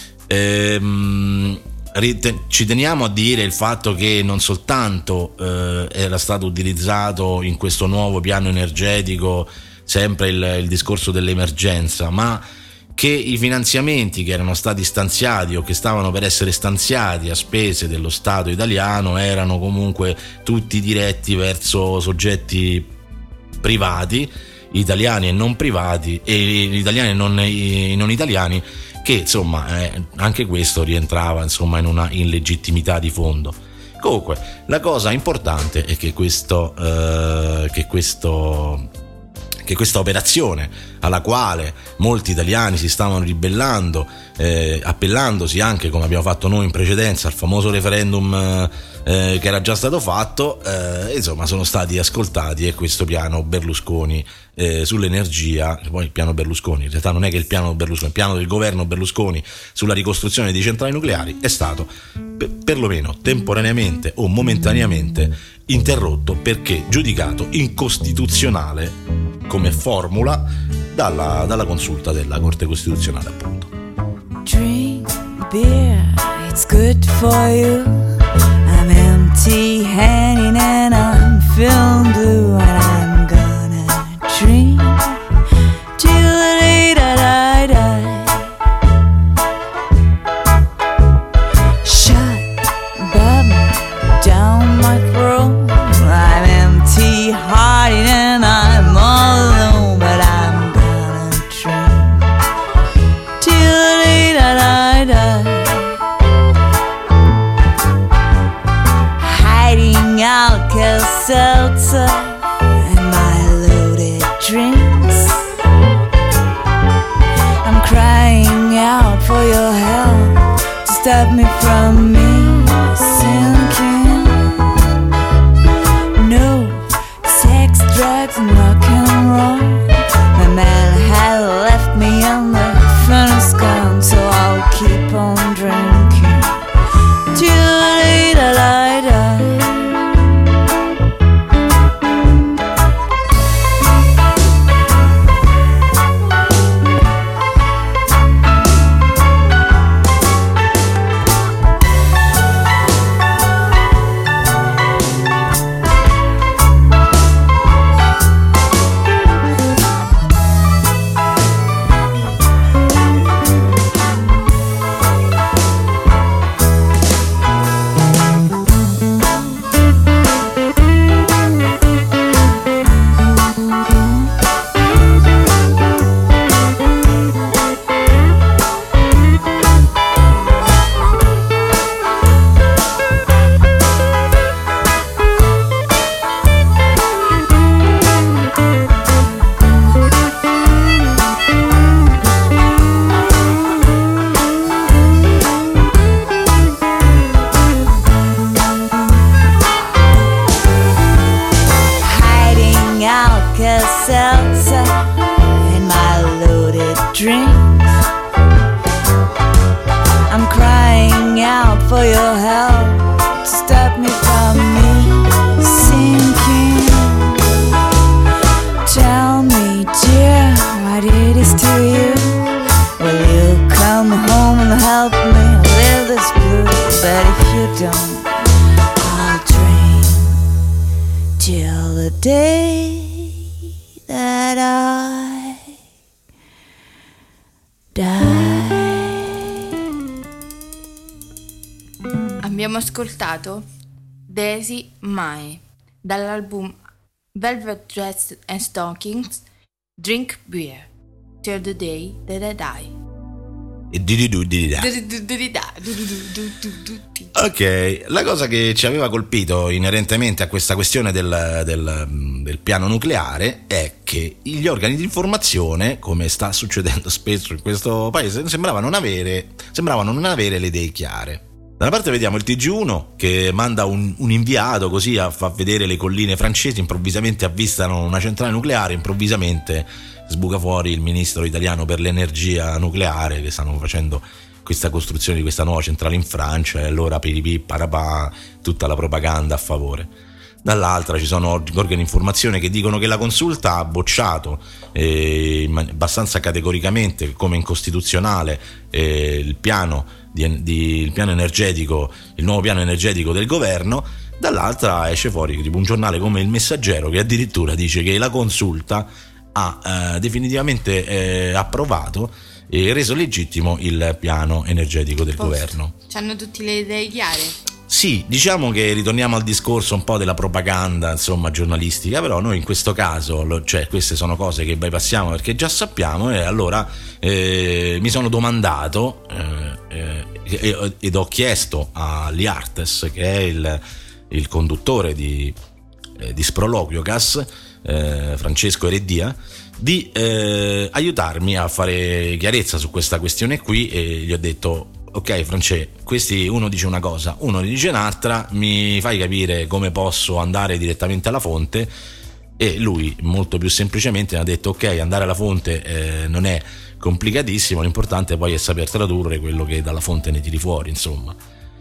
Speaker 3: Ehm, Ci teniamo a dire il fatto che non soltanto eh, era stato utilizzato in questo nuovo piano energetico sempre il, il discorso dell'emergenza, ma che i finanziamenti che erano stati stanziati o che stavano per essere stanziati a spese dello Stato italiano erano comunque tutti diretti verso soggetti privati, italiani e non privati, e italiani e non, e non italiani, che insomma eh, anche questo rientrava insomma in una illegittimità di fondo. Comunque la cosa importante è che questo eh, che questo che questa operazione, alla quale molti italiani si stavano ribellando, eh, appellandosi anche, come abbiamo fatto noi in precedenza, al famoso referendum eh, che era già stato fatto, eh, insomma sono stati ascoltati, e questo piano Berlusconi eh, sull'energia, poi il piano Berlusconi in realtà non è che il piano Berlusconi, il piano del governo Berlusconi sulla ricostruzione di centrali nucleari è stato per, perlomeno temporaneamente o momentaneamente interrotto, perché giudicato incostituzionale come formula dalla, dalla consulta della Corte Costituzionale, appunto.
Speaker 6: Drink beer, it's good for you. I'm empty-handed and I'm feeling blue, and I'm gonna drink till the day that I die. Shut bubble down my throat. I'm empty-hearted and I'm all alone, but I'm gonna drink till the day that I die. Hiding Alka-Seltzer and my loaded drinks. I'm crying out for your help to stop me from me sinking. No sex, drugs, and rock and roll. My man had left me on the furnace gone, so I'll keep on drinking till the day that I die. Alka-Seltzer and my loaded drinks. I'm crying out for your help to stop me from me sinking. Tell me, dear, what it is to you. Will you come home and help me live this blue? But if you don't, I'll drink till the day that I die.
Speaker 2: abbiamo ascoltato Daisy Mae dall'album Velvet Dress and Stockings, Drink Beer Till the Day That I Die.
Speaker 3: E di di du di di da. Ok, la cosa che ci aveva colpito inerentemente a questa questione del, del, del piano nucleare è che gli organi di informazione, come sta succedendo spesso in questo paese, sembravano non avere, sembravano non avere le idee chiare. Da una parte vediamo il T G uno che manda un, un inviato così a far vedere le colline francesi, improvvisamente avvistano una centrale nucleare, improvvisamente sbuca fuori il ministro italiano per l'energia nucleare che stanno facendo questa costruzione di questa nuova centrale in Francia, e allora piripì parapà tutta la propaganda a favore. Dall'altra ci sono organi di informazione che dicono che la consulta ha bocciato eh, abbastanza categoricamente come incostituzionale eh, il piano di, di, il piano energetico, il nuovo piano energetico del governo. Dall'altra esce fuori tipo un giornale come Il Messaggero che addirittura dice che la consulta ha eh, definitivamente eh, approvato e reso legittimo il piano energetico del
Speaker 2: Posto.
Speaker 3: governo.
Speaker 2: C'hanno tutte le idee chiare?
Speaker 3: Sì, diciamo che ritorniamo al discorso un po' della propaganda, insomma, giornalistica, però noi in questo caso, lo, cioè queste sono cose che bypassiamo perché già sappiamo, e allora eh, mi sono domandato eh, eh, ed ho chiesto a Liartes, che è il, il conduttore di, eh, di Sproloquiocast, eh, Francesco Ereddia, di eh, aiutarmi a fare chiarezza su questa questione qui, e gli ho detto: ok France, questi uno dice una cosa, uno dice un'altra, mi fai capire come posso andare direttamente alla fonte? E lui molto più semplicemente mi ha detto: ok, andare alla fonte eh, non è complicatissimo, l'importante poi è saper tradurre quello che dalla fonte ne tiri fuori, insomma.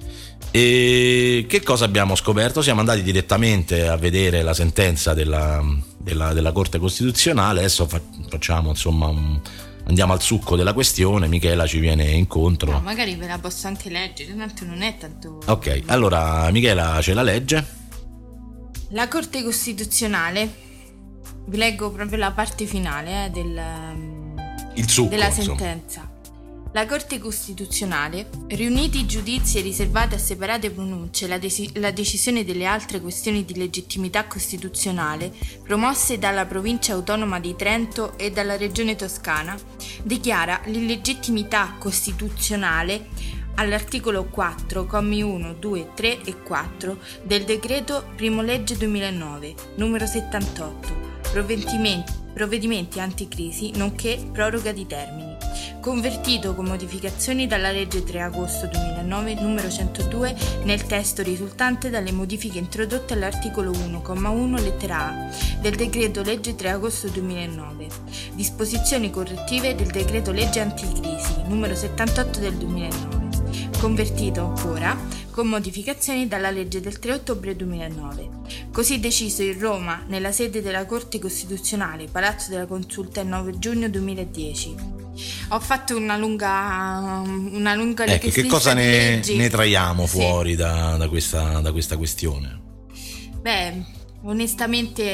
Speaker 3: E che cosa abbiamo scoperto? Siamo andati direttamente a vedere la sentenza della, della, della Corte Costituzionale. Adesso fa, facciamo insomma un, andiamo al succo della questione. Michela ci viene incontro.
Speaker 2: No, magari ve la posso anche leggere, tanto non è tanto.
Speaker 3: Ok, allora Michela ce la legge.
Speaker 2: La Corte Costituzionale, vi leggo proprio la parte finale eh, del,
Speaker 3: Il succo,
Speaker 2: della
Speaker 3: insomma.
Speaker 2: sentenza. La Corte Costituzionale, riuniti i giudizi e riservate a separate pronunce la, desi- la decisione delle altre questioni di legittimità costituzionale promosse dalla Provincia Autonoma di Trento e dalla Regione Toscana, dichiara l'illegittimità costituzionale all'articolo quattro, commi uno, due, tre e quattro del decreto Primo Legge duemilanove, numero settantotto, provvedimenti, provvedimenti anticrisi nonché proroga di termini, convertito con modificazioni dalla legge tre agosto duemilanove numero centodue nel testo risultante dalle modifiche introdotte all'articolo uno, comma uno, lettera A del decreto legge tre agosto duemilanove, disposizioni correttive del decreto legge anticrisi numero settantotto del duemilanove, convertito ancora con modificazioni dalla legge del tre ottobre duemilanove, così deciso in Roma nella sede della Corte Costituzionale, Palazzo della Consulta, il nove giugno duemiladieci. Ho fatto una lunga una lunga
Speaker 3: ecco, che cosa ne, ne traiamo
Speaker 2: sì.
Speaker 3: fuori da, da, questa, da questa questione?
Speaker 2: Beh, onestamente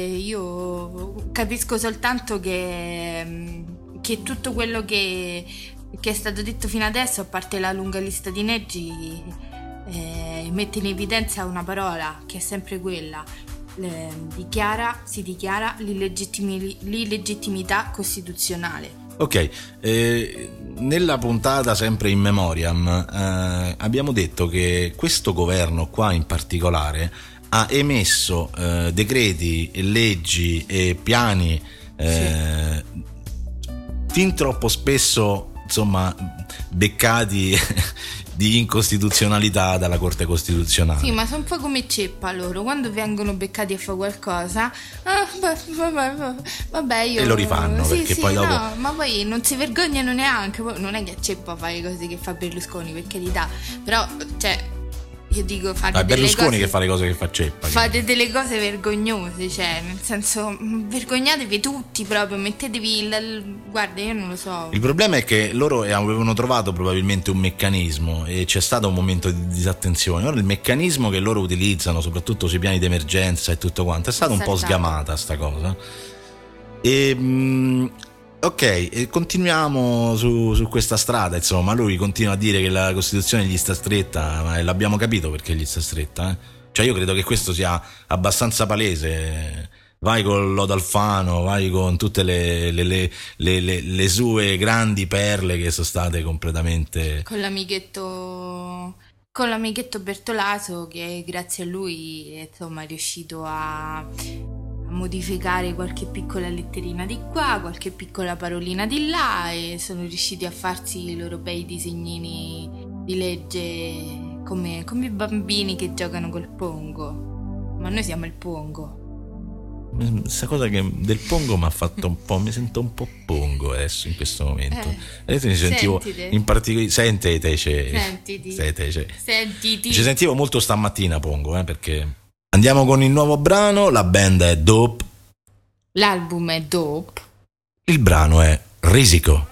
Speaker 2: io capisco soltanto che, che tutto quello che, che è stato detto fino adesso, a parte la lunga lista di leggi, eh, mette in evidenza una parola che è sempre quella: eh, dichiara, si dichiara l'illegittimi, l'illegittimità costituzionale.
Speaker 3: Ok, eh, nella puntata sempre in memoriam eh, abbiamo detto che questo governo qua in particolare ha emesso eh, decreti, leggi e piani eh, sì. fin troppo spesso, insomma, beccati di incostituzionalità dalla Corte Costituzionale.
Speaker 2: Sì, ma sono un po' come ceppa loro, quando vengono beccati a fare qualcosa, ah, vabbè, vabbè, io...
Speaker 3: e lo rifanno,
Speaker 2: sì,
Speaker 3: perché
Speaker 2: sì,
Speaker 3: poi dopo...
Speaker 2: no, ma poi non si vergognano neanche, non è che a ceppa fa le cose che fa Berlusconi, per carità, però, cioè... Io dico, fate
Speaker 3: ah,
Speaker 2: delle
Speaker 3: Berlusconi
Speaker 2: cose,
Speaker 3: che fa le cose che fa Ceppa.
Speaker 2: fate delle cose vergognose, cioè nel senso, vergognatevi tutti proprio, mettetevi il, il, guarda, io non lo so.
Speaker 3: Il problema è che loro avevano trovato probabilmente un meccanismo e c'è stato un momento di disattenzione. Ora il meccanismo che loro utilizzano, soprattutto sui piani di emergenza e tutto quanto, è stata un po' sgamata sta cosa. E mh, ok, e continuiamo su, su questa strada, insomma, lui continua a dire che la Costituzione gli sta stretta, ma l'abbiamo capito perché gli sta stretta, eh? Cioè io credo che questo sia abbastanza palese. Vai con Lodo Alfano, vai con tutte le, le, le, le, le, le sue grandi perle che sono state completamente...
Speaker 2: Con l'amichetto... Con l'amichetto Bertolaso, che grazie a lui insomma è riuscito a, a modificare qualche piccola letterina di qua, qualche piccola parolina di là, e sono riusciti a farsi i loro bei disegnini di legge come, come i bambini che giocano col pongo. Ma noi siamo il pongo.
Speaker 3: Questa cosa che del pongo mi ha fatto un po', mi sento un po' pongo adesso in questo momento.
Speaker 2: Eh,
Speaker 3: adesso mi sentivo
Speaker 2: sentite.
Speaker 3: in particolare, sentiteci,
Speaker 2: Sentiti.
Speaker 3: sentiteci.
Speaker 2: Sentiti.
Speaker 3: Ci sentivo molto stamattina pongo, eh, perché andiamo con il nuovo brano, la band è Dope,
Speaker 2: L'album è Dope.
Speaker 3: il brano è Risico.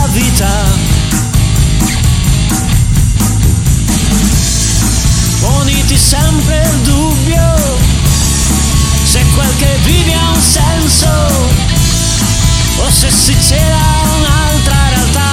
Speaker 8: Con
Speaker 9: sempre il dubbio se quel che vivi ha un senso o se si cela un'altra realtà.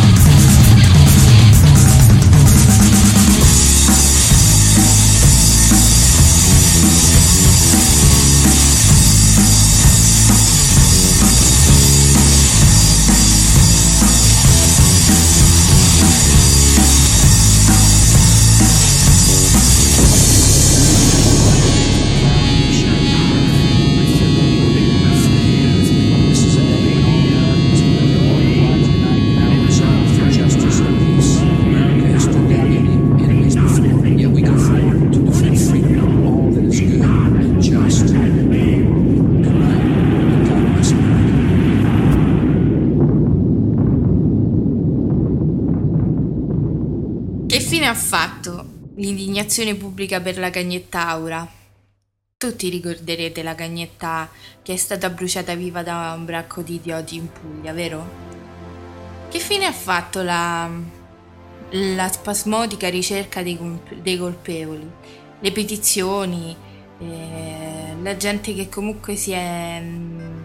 Speaker 2: Ha fatto l'indignazione pubblica per la Cagnetta Aura. Tutti ricorderete la Cagnetta che è stata bruciata viva da un bracco di idioti in Puglia, vero? Che fine ha fatto la, la spasmodica ricerca dei, dei colpevoli? Le petizioni, eh, la gente che comunque si è mm,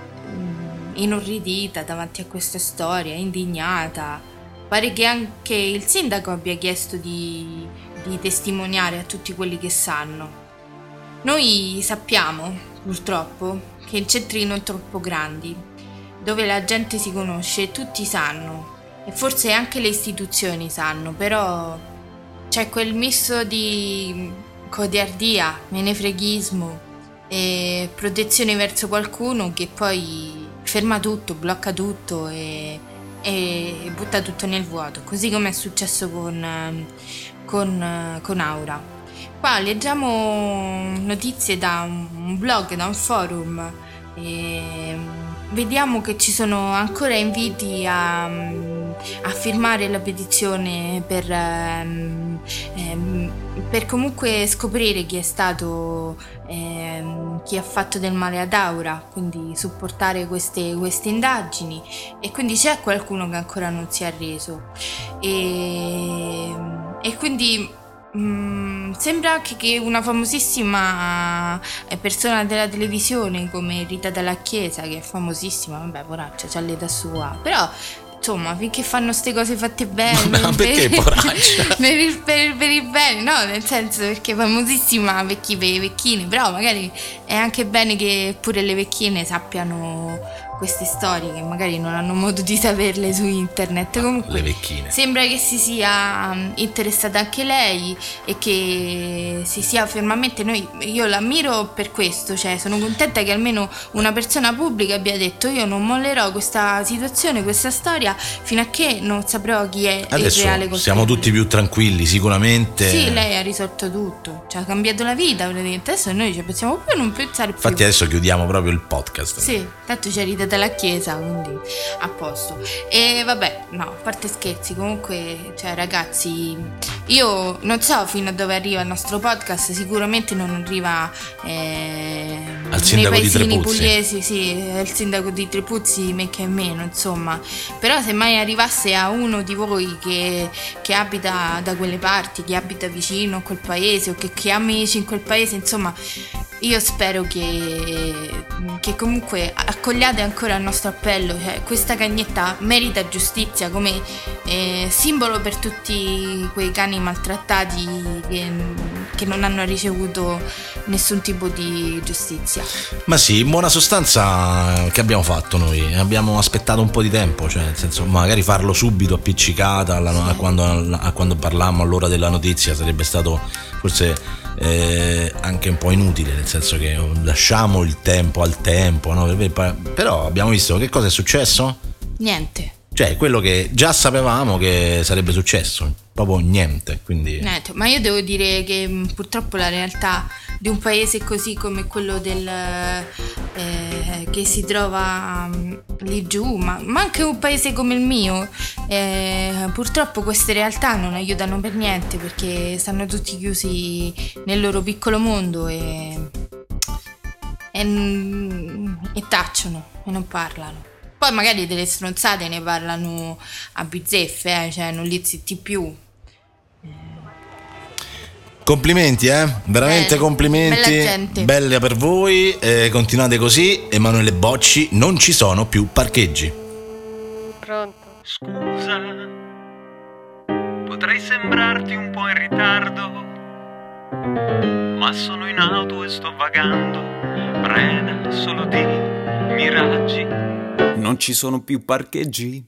Speaker 2: inorridita davanti a questa storia, indignata. Pare che anche il sindaco abbia chiesto di, di testimoniare a tutti quelli che sanno. Noi sappiamo, purtroppo, che in centri non troppo grandi, dove la gente si conosce, tutti sanno, e forse anche le istituzioni sanno, però c'è quel misto di goliardia, menefreghismo e protezione verso qualcuno che poi ferma tutto, blocca tutto e... e butta tutto nel vuoto, così come è successo con, con, con Aura. Qua leggiamo notizie da un blog, da un forum, e vediamo che ci sono ancora inviti a, a firmare la petizione per, ehm, per comunque scoprire chi è stato, ehm, chi ha fatto del male ad Aura, quindi supportare queste, queste indagini, e quindi c'è qualcuno che ancora non si è arreso e, e quindi Mm, sembra anche che una famosissima persona della televisione come Rita Dalla Chiesa, che è famosissima, vabbè, poraccia, c'ha l'età sua, però insomma, finché fanno ste cose fatte bene,
Speaker 3: ma perché
Speaker 2: per,
Speaker 3: poraccia?
Speaker 2: per, il, per, per il bene, no, nel senso, perché è famosissima vecchi, per i vecchini, però magari è anche bene che pure le vecchine sappiano queste storie, che magari non hanno modo di saperle su internet. Comunque
Speaker 3: le vecchine,
Speaker 2: sembra che si sia interessata anche lei e che si sia fermamente, noi, io l'ammiro per questo, cioè sono contenta che almeno una persona pubblica abbia detto: io non mollerò questa situazione, questa storia, fino a che non saprò chi è
Speaker 3: adesso
Speaker 2: il reale colpevole.
Speaker 3: Siamo tutti più tranquilli sicuramente.
Speaker 2: Sì, lei ha risolto tutto, cioè ha cambiato la vita praticamente. Adesso noi ci possiamo più non pensare più.
Speaker 3: Infatti adesso chiudiamo proprio il podcast.
Speaker 2: Sì, tanto c'è Rita Dalla Chiesa, quindi a posto. E vabbè, no, a parte scherzi, comunque, cioè ragazzi, io non so fino a dove arriva il nostro podcast, sicuramente non arriva eh,
Speaker 3: al
Speaker 2: nei
Speaker 3: sindaco di
Speaker 2: paesini
Speaker 3: Trepuzzi.
Speaker 2: pugliesi, sì, al sindaco di Trepuzzi, me che meno, insomma. Però se mai arrivasse a uno di voi che, che abita da quelle parti, che abita vicino a quel paese o che, che ha amici in quel paese, insomma, io spero che, che comunque accogliate ancora il nostro appello, cioè questa Cagnetta merita giustizia come eh, simbolo per tutti quei cani maltrattati che, che non hanno ricevuto nessun tipo di giustizia.
Speaker 3: Ma sì, in buona sostanza che abbiamo fatto noi? Abbiamo aspettato un po' di tempo, cioè nel senso, magari farlo subito appiccicata alla, sì. a, quando, a quando parlammo all'ora della notizia sarebbe stato forse Eh, anche un po' inutile, nel senso che lasciamo il tempo al tempo, no? Però abbiamo visto che cosa è successo?
Speaker 2: Niente.
Speaker 3: Cioè quello che già sapevamo che sarebbe successo, proprio niente, quindi...
Speaker 2: Niente. Ma io devo dire che purtroppo la realtà di un paese così come quello del eh, che si trova um, lì giù, ma, ma anche un paese come il mio, eh, purtroppo queste realtà non aiutano per niente, perché stanno tutti chiusi nel loro piccolo mondo e, e, e tacciono e non parlano. Poi magari delle stronzate ne parlano a bizzeffe, eh, cioè non li zitti più.
Speaker 3: Complimenti, eh? Veramente
Speaker 2: Bello.
Speaker 3: complimenti.
Speaker 2: Bella gente.
Speaker 3: Bella per voi. Eh, continuate così. Emanuele Bocci, non ci sono più parcheggi.
Speaker 10: Pronto?
Speaker 11: Scusa, potrei sembrarti un po' in ritardo, ma sono in auto e sto vagando, preda solo di miraggi.
Speaker 12: Non ci sono più parcheggi?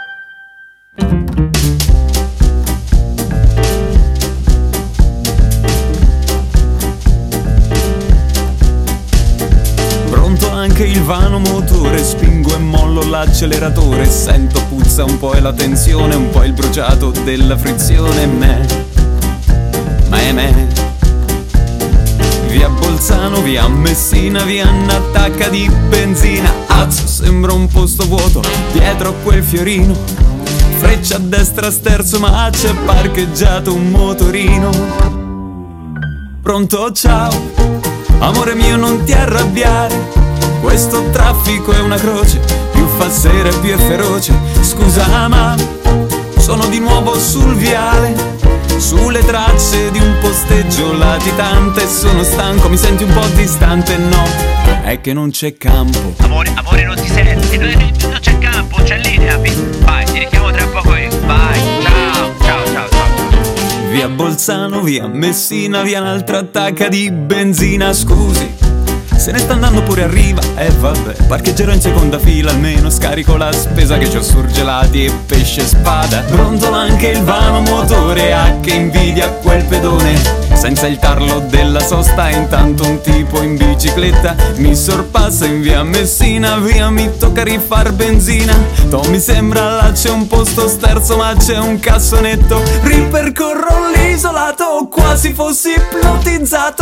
Speaker 12: Pronto anche il vano motore, spingo e mollo l'acceleratore, sento puzza un po' e la tensione, un po' il bruciato della frizione, me, ma è me. Via Bolzano, via Messina, via un'attacca di benzina, azzo, sembra un posto vuoto, dietro a quel fiorino, freccia a destra sterzo ma c'è parcheggiato un motorino. Pronto, ciao, amore mio non ti arrabbiare, questo traffico è una croce, più fa sera più è feroce, scusa ma sono di nuovo sul viale, sulle tracce di un posteggio latitante, sono stanco, mi senti un po' distante, no, è che non c'è campo.
Speaker 11: Amore, amore non ti senti, non c'è campo, c'è linea, vai, ti richiamo tra poco io, vai, ciao, ciao, ciao, ciao.
Speaker 12: Via Bolzano, via Messina, via un'altra attacca di benzina, scusi, se ne sta andando pure arriva, e eh, vabbè, parcheggerò in seconda fila, almeno scarico la spesa che c'ho surgelati e pesce spada. Brontola anche il vano motore, ah che invidia quel pedone, senza il tarlo della sosta, intanto un tipo in bicicletta mi sorpassa in via Messina, via mi tocca rifar benzina, to mi sembra là c'è un posto sterzo ma c'è un cassonetto, ripercorro l'isolato, quasi fossi ipnotizzato.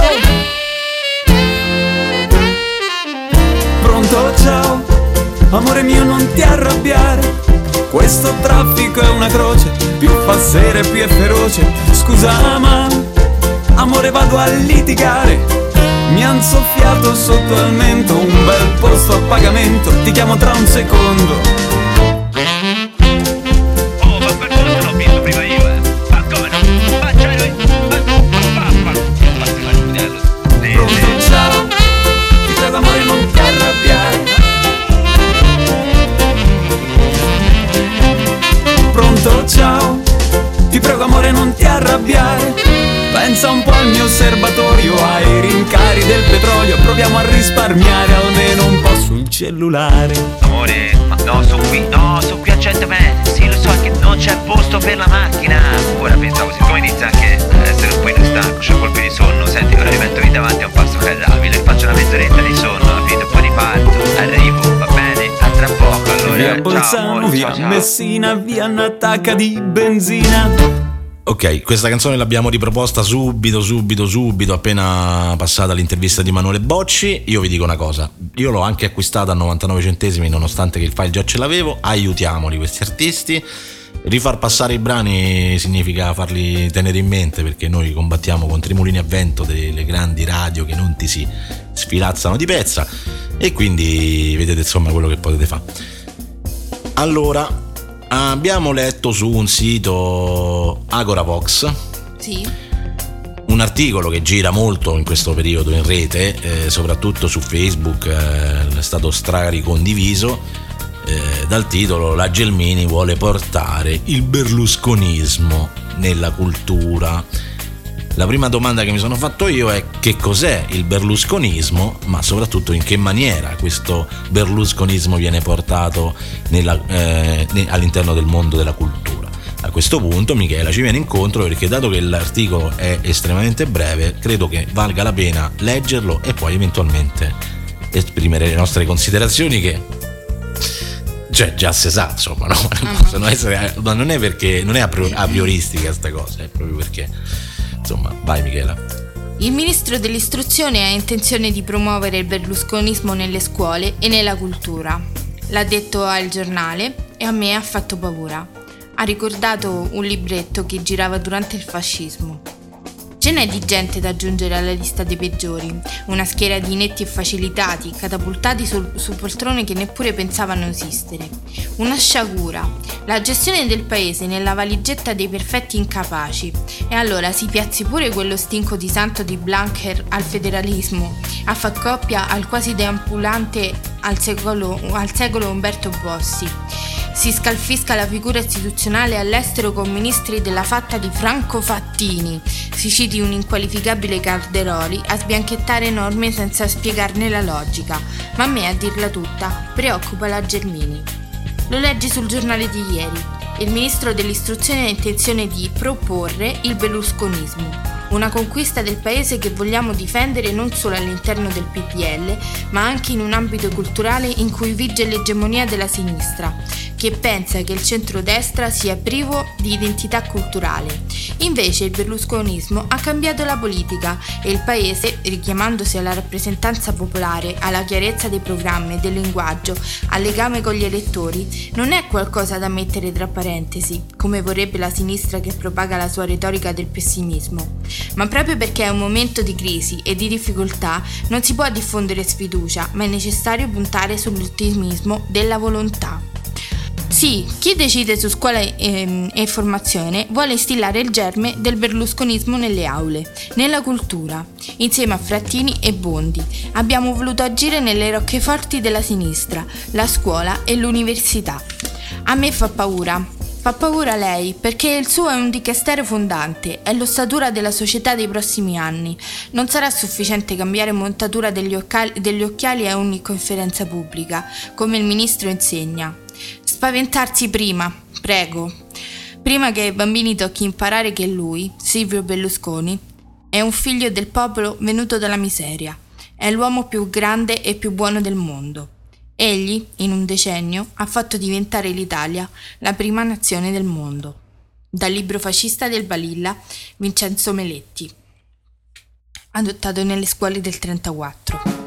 Speaker 12: Pronto, ciao, amore mio non ti arrabbiare, questo traffico è una croce, più fa sera più è feroce, scusa ma amore vado a litigare, mi han soffiato sotto al mento un bel posto a pagamento, ti chiamo tra un secondo.
Speaker 11: Oh, ma per cosa l'ho visto prima io, eh? Ma come no? Ma c'hai lui? Ma
Speaker 12: pronto, ciao, ti prego amore non ti arrabbiare. Pronto, ciao, ti prego amore non ti arrabbiare, pensa un po' al mio serbatoio, ai rincari del petrolio, proviamo a risparmiare almeno un po' sul cellulare.
Speaker 11: amore, ma no, sono qui, no, sono qui a cento metri, sì, lo so che non c'è posto per la macchina. Ora pensavo, siccome inizia anche a essere un po' stanco, c'ho colpi di sonno, senti, ora mi metto lì davanti a un passo carrabile, faccio una mezz'oretta di sonno, capito, poi riparto, arrivo, va bene, a tra poco, allora,
Speaker 12: via
Speaker 11: ciao,
Speaker 12: Bolzano,
Speaker 11: amore,
Speaker 12: via
Speaker 11: ciao, ciao.
Speaker 12: Messina, via un'attacca di benzina.
Speaker 3: Ok, questa canzone l'abbiamo riproposta subito, subito, subito, appena passata l'intervista di Emanuele Bocci. Io vi dico una cosa, io l'ho anche acquistata a novantanove centesimi, nonostante che il file già ce l'avevo. Aiutiamoli questi artisti. Rifar passare i brani significa farli tenere in mente, perché noi combattiamo contro i mulini a vento delle grandi radio che non ti si sfilazzano di pezza, e quindi vedete insomma quello che potete fare. Allora, abbiamo letto su un sito Agoravox,
Speaker 2: Sì.
Speaker 3: un articolo che gira molto in questo periodo in rete, eh, soprattutto su Facebook, eh, è stato straricondiviso, eh, dal titolo "La Gelmini vuole portare il berlusconismo nella cultura". La prima domanda che mi sono fatto io è: che cos'è il berlusconismo, ma soprattutto in che maniera questo berlusconismo viene portato nella, eh, all'interno del mondo della cultura. A questo punto Michela ci viene incontro, perché dato che l'articolo è estremamente breve, credo che valga la pena leggerlo e poi eventualmente esprimere le nostre considerazioni, che cioè già si sa, insomma, no? Non possono essere, ma non è perché non è a prioristica sta cosa, è proprio perché insomma. Vai Michela.
Speaker 2: Il ministro dell'istruzione ha intenzione di promuovere il berlusconismo nelle scuole e nella cultura. L'ha detto al giornale e a me ha fatto paura. Ha ricordato un libretto che girava durante il fascismo. Ce n'è di gente da aggiungere alla lista dei peggiori, una schiera di inetti e facilitati, catapultati sul, su poltrone che neppure pensavano esistere. Una sciagura, la gestione del paese nella valigetta dei perfetti incapaci. E allora si piazzi pure quello stinco di santo di Blanquer al federalismo, a far coppia al quasi deambulante al secolo, al secolo Umberto Bossi. Si scalfisca la figura istituzionale all'estero con ministri della fatta di Franco Fattini. Si citi un inqualificabile Calderoli a sbianchettare norme senza spiegarne la logica. Ma a me, a dirla tutta, preoccupa la Gelmini. Lo leggi sul giornale di ieri. Il ministro dell'istruzione ha intenzione di proporre il berlusconismo. Una conquista del paese che vogliamo difendere non solo all'interno del P D L, ma anche in un ambito culturale in cui vige l'egemonia della sinistra, che pensa che il centrodestra sia privo di identità culturale. Invece il berlusconismo ha cambiato la politica e il paese, richiamandosi alla rappresentanza popolare, alla chiarezza dei programmi e del linguaggio, al legame con gli elettori, non è qualcosa da mettere tra parentesi, come vorrebbe la sinistra che propaga la sua retorica del pessimismo. Ma proprio perché è un momento di crisi e di difficoltà non si può diffondere sfiducia, ma è necessario puntare sull'ottimismo della volontà. Sì, chi decide su scuola e, e formazione vuole instillare il germe del berlusconismo nelle aule, nella cultura. Insieme a Frattini e Bondi abbiamo voluto agire nelle roccheforti della sinistra, la scuola e l'università. A me fa paura. Fa paura lei, perché il suo è un dicastero fondante, è l'ossatura della società dei prossimi anni. Non sarà sufficiente cambiare montatura degli occhiali, degli occhiali a ogni conferenza pubblica, come il ministro insegna. Spaventarsi prima, prego, prima che ai bambini tocchi imparare che lui, Silvio Berlusconi, è un figlio del popolo venuto dalla miseria, è l'uomo più grande e più buono del mondo. Egli, in un decennio, ha fatto diventare l'Italia la prima nazione del mondo. Dal libro fascista del Balilla, Vincenzo Meletti, adottato nelle scuole del trentaquattro.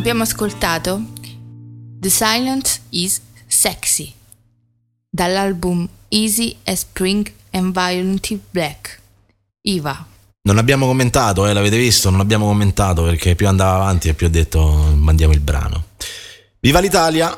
Speaker 2: abbiamo ascoltato The Silence is Sexy dall'album Easy as Spring and Violently Black. Iva.
Speaker 3: Non abbiamo commentato, eh, l'avete visto? Non abbiamo commentato perché più andava avanti e più ho detto mandiamo il brano. Viva l'Italia!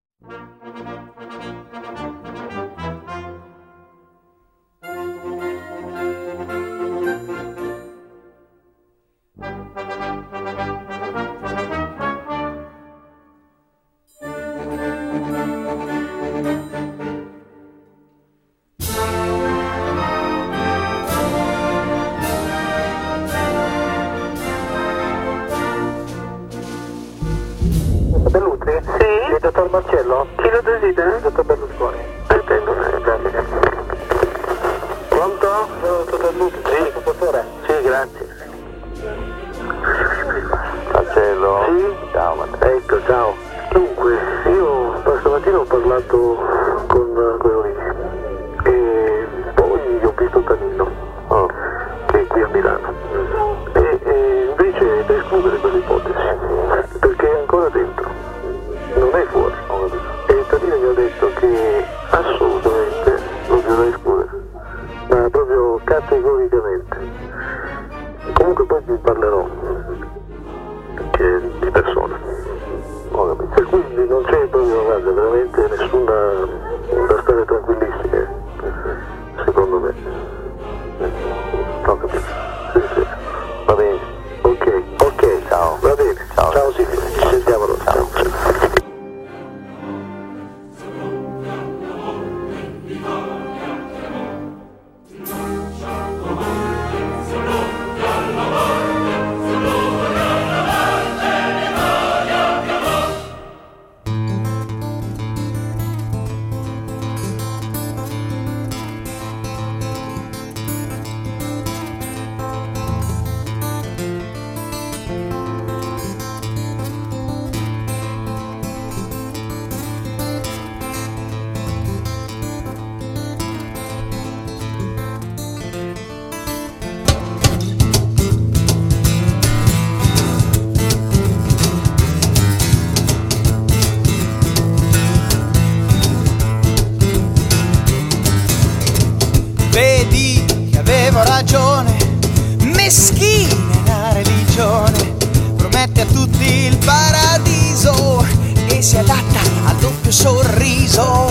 Speaker 10: Marcello? Chi lo desidera? Dottor Berlusconi. Attendo, grazie. Pronto? Sono dottor Lupi. Sì, dottore. Sì, grazie. Marcello? Sì? Ciao Matteo. Ecco, ciao. Dunque, io stamattina ho parlato con Guerrini e poi ho visto Tanino, oh, che è qui a Milano. E, e invece è da escludere quell'ipotesi, perché è ancora dentro. Non è fuori, e Tanino mi ha detto che assolutamente non bisogna escludere, ma proprio categoricamente. Comunque poi vi parlerò che di persona, e quindi non c'è proprio, guarda, veramente nessuna da stare tranquillissimi, secondo me. Ho capito. Sì, sì. Va bene. Ok, ok, ciao. Va bene. Ciao, ciao Silvio, ci sentiamo allora. Ciao.
Speaker 13: Vedi che avevo ragione, meschina è la religione, promette a tutti il paradiso e si adatta al doppio sorriso.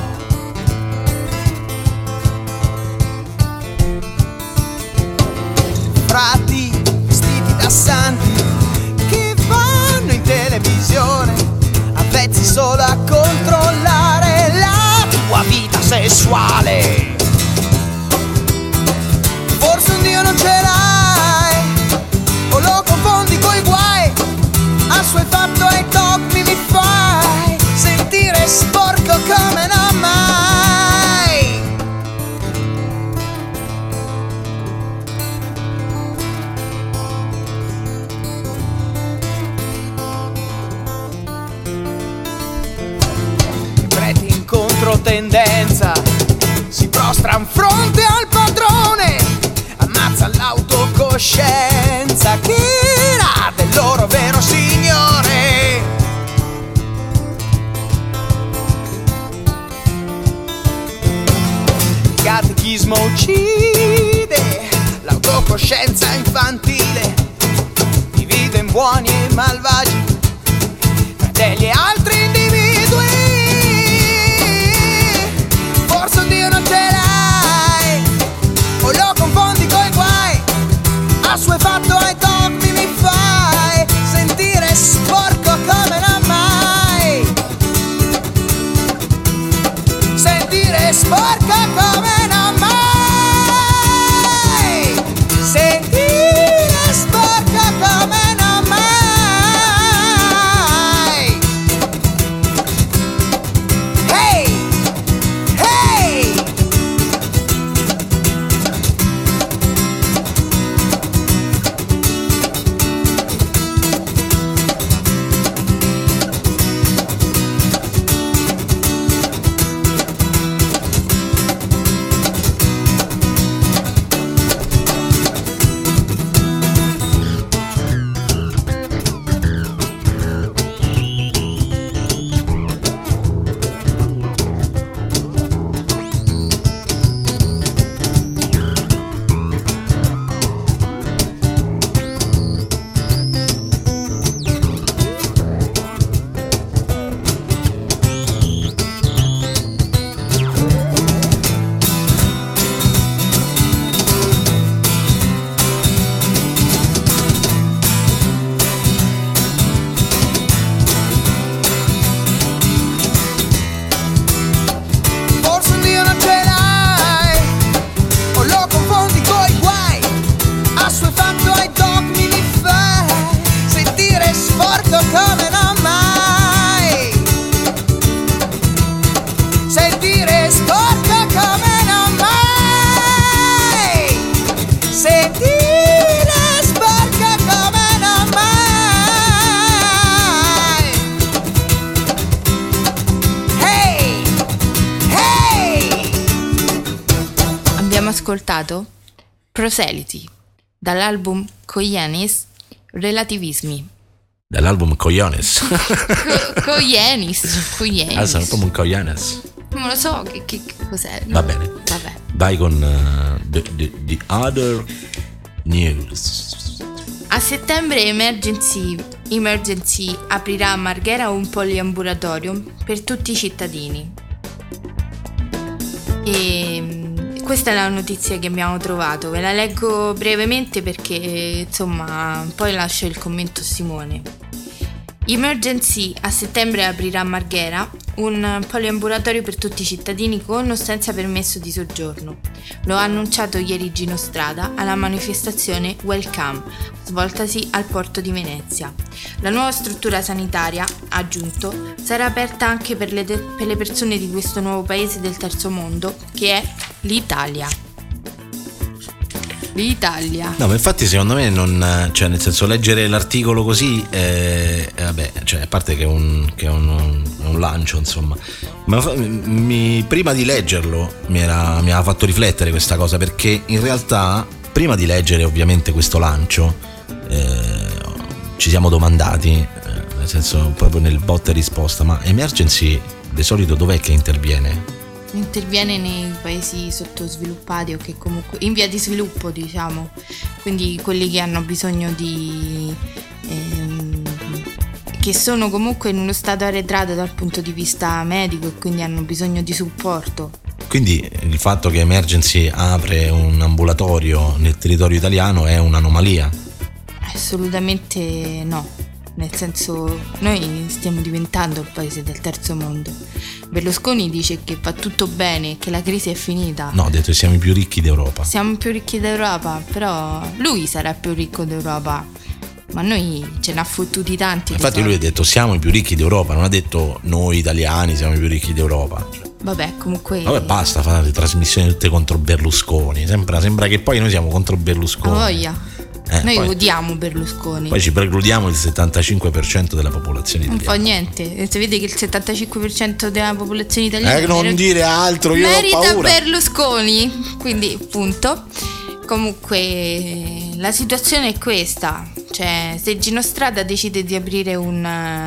Speaker 13: Frati vestiti da santi che vanno in televisione, avvezzi solo a controllare la tua vita sessuale. Forse un Dio non ce l'hai, o lo confondi coi guai, assuefatto ai dogmi mi fai sentire sporco come non mai. I preti in controtendenza si prostrano fronte al padrone, ammazza l'autocoscienza che era del loro vero signore. Il catechismo uccide l'autocoscienza infantile, divide in buoni e malvagi, fratelli e altri individui. Forse un Dio non ce l'hai, o lo confondi coi guai, assuefatto ai dogmi mi fai sentire sporco come non mai, sentire sporco come non mai, sentire sporco come non mai. Hey, hey.
Speaker 2: abbiamo ascoltato Proselyty dall'album Coyenis Relativismi.
Speaker 3: Dall'album Coyones.
Speaker 2: Co- Coyenis. Coyenis.
Speaker 3: Ah, sono proprio un Coyones.
Speaker 2: Non lo so che, che, che cos'è.
Speaker 3: Va bene.
Speaker 2: Vabbè.
Speaker 3: Vai con uh, the, the, the Other News.
Speaker 2: A settembre Emergency, Emergency aprirà a Marghera un poliambulatorio per tutti i cittadini. E questa è la notizia che abbiamo trovato. Ve la leggo brevemente perché insomma poi lascio il commento a Simone. Emergency a settembre aprirà a Marghera un poliambulatorio per tutti i cittadini con o senza permesso di soggiorno. Lo ha annunciato ieri Gino Strada alla manifestazione Welcome, svoltasi al porto di Venezia. La nuova struttura sanitaria, ha aggiunto, sarà aperta anche per le, de- per le persone di questo nuovo paese del terzo mondo, che è l'Italia. L'Italia.
Speaker 3: No, ma infatti secondo me non, cioè nel senso, leggere l'articolo così eh, vabbè, cioè a parte che è un, che è un, un, un lancio, insomma, ma mi, prima di leggerlo mi, era, mi aveva fatto riflettere questa cosa, perché in realtà prima di leggere ovviamente questo lancio eh, ci siamo domandati, eh, nel senso proprio nel botta e risposta, ma Emergency di solito dov'è che interviene?
Speaker 2: Interviene nei paesi sottosviluppati o che comunque in via di sviluppo, diciamo, quindi quelli che hanno bisogno di ehm, che sono comunque in uno stato arretrato dal punto di vista medico e quindi hanno bisogno di supporto.
Speaker 3: Quindi il fatto che Emergency apre un ambulatorio nel territorio italiano è un'anomalia?
Speaker 2: Assolutamente no, nel senso noi stiamo diventando il paese del terzo mondo. Berlusconi dice che va tutto bene, che la crisi è finita.
Speaker 3: No, ha detto che siamo i più ricchi d'Europa.
Speaker 2: Siamo i più ricchi d'Europa, però lui sarà più ricco d'Europa, ma noi ce n'ha fottuti tanti.
Speaker 3: Infatti lui ha detto siamo i più ricchi d'Europa, non ha detto noi italiani siamo i più ricchi d'Europa.
Speaker 2: Vabbè, comunque.
Speaker 3: Vabbè, basta fare le trasmissioni tutte contro Berlusconi. Sembra, sembra che poi noi siamo contro Berlusconi.
Speaker 2: A voglia. Eh, Noi poi, odiamo Berlusconi.
Speaker 3: Poi ci precludiamo il settantacinque per cento della popolazione italiana.
Speaker 2: Non fa niente. Se vede che il settantacinque per cento della popolazione italiana
Speaker 3: Eh, non
Speaker 2: mer-
Speaker 3: dire altro, io
Speaker 2: merita
Speaker 3: ho paura.
Speaker 2: Berlusconi. Quindi, punto. Comunque, la situazione è questa. Cioè, se Gino Strada decide di aprire un,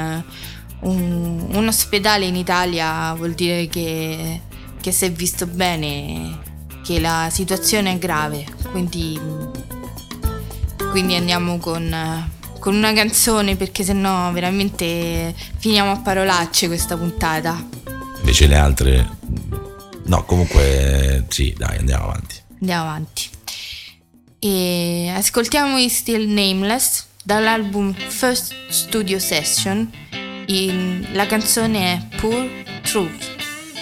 Speaker 2: un, un ospedale in Italia, vuol dire che, che si è visto bene che la situazione è grave. Quindi... Quindi andiamo con, con una canzone, perché sennò veramente finiamo a parolacce questa puntata.
Speaker 3: Invece le altre no, comunque sì, dai, andiamo avanti.
Speaker 2: Andiamo avanti. E ascoltiamo i Still Nameless dall'album First Studio Session. In, la canzone è Poor Truth.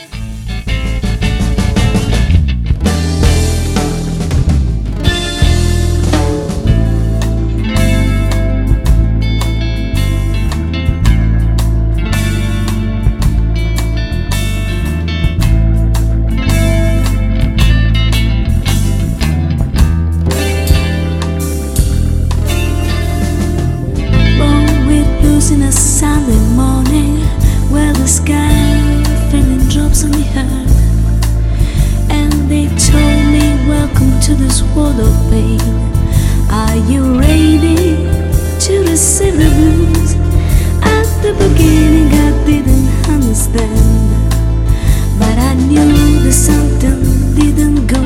Speaker 14: In a Sunday morning, where the sky falling drops on the earth, and they told me, welcome to this world of pain. Are you ready to receive the blues? At the beginning I didn't understand, but I knew that something didn't go.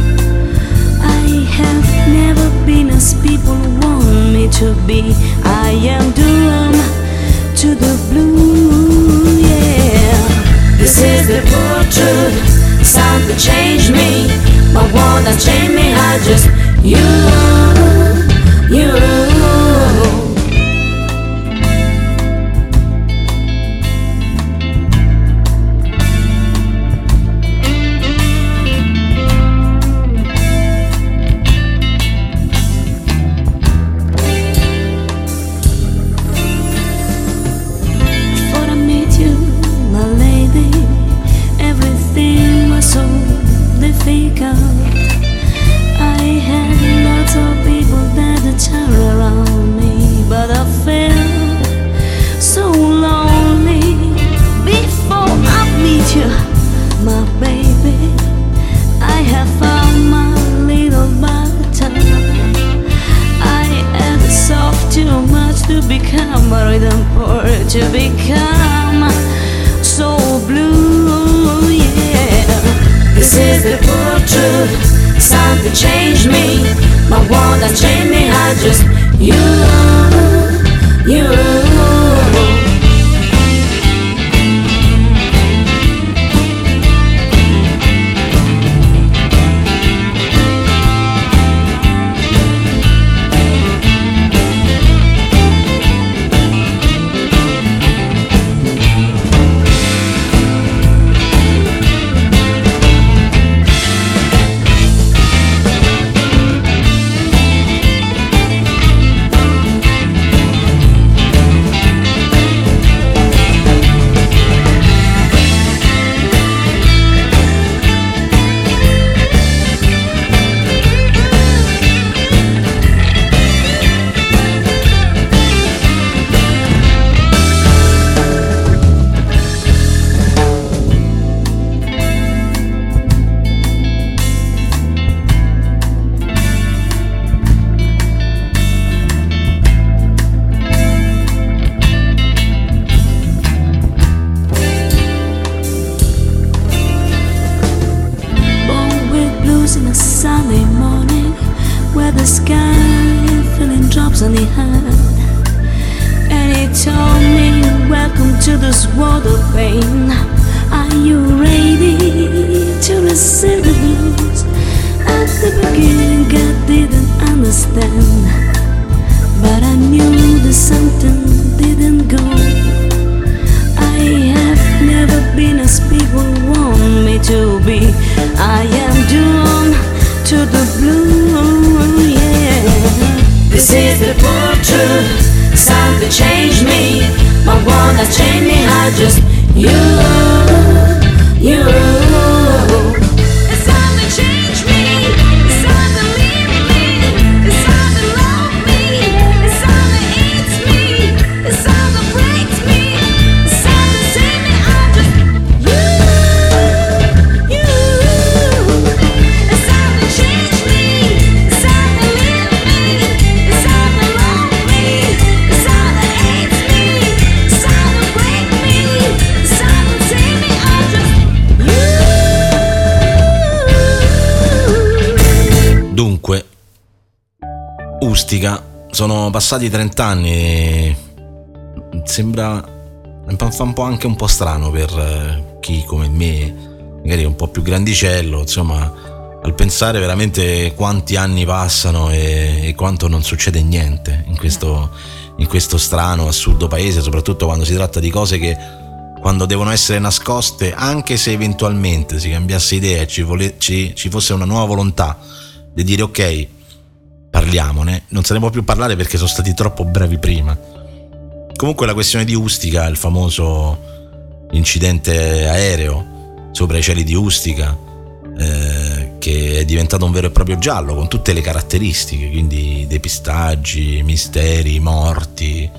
Speaker 14: I have never been as people want me to be. I am doomed to the blue, yeah. This is the poor truth. Something changed me, but what that changed me, I just you, you. I had lots of to become so blue, yeah. This is the poor truth, something changed me, but what that changed me, I just, you, you.
Speaker 3: Sono passati trent'anni, sembra fa un po' anche un po' strano per chi come me, magari un po' più grandicello, insomma, al pensare veramente quanti anni passano e, e quanto non succede niente in questo, in questo strano, assurdo paese, soprattutto quando si tratta di cose che, quando devono essere nascoste, anche se eventualmente si cambiasse idea e ci, vole, ci, ci fosse una nuova volontà di dire ok, parliamone, non se ne può più parlare perché sono stati troppo bravi prima. Comunque la questione di Ustica, il famoso incidente aereo sopra i cieli di Ustica, eh, che è diventato un vero e proprio giallo con tutte le caratteristiche, quindi depistaggi, misteri, morti,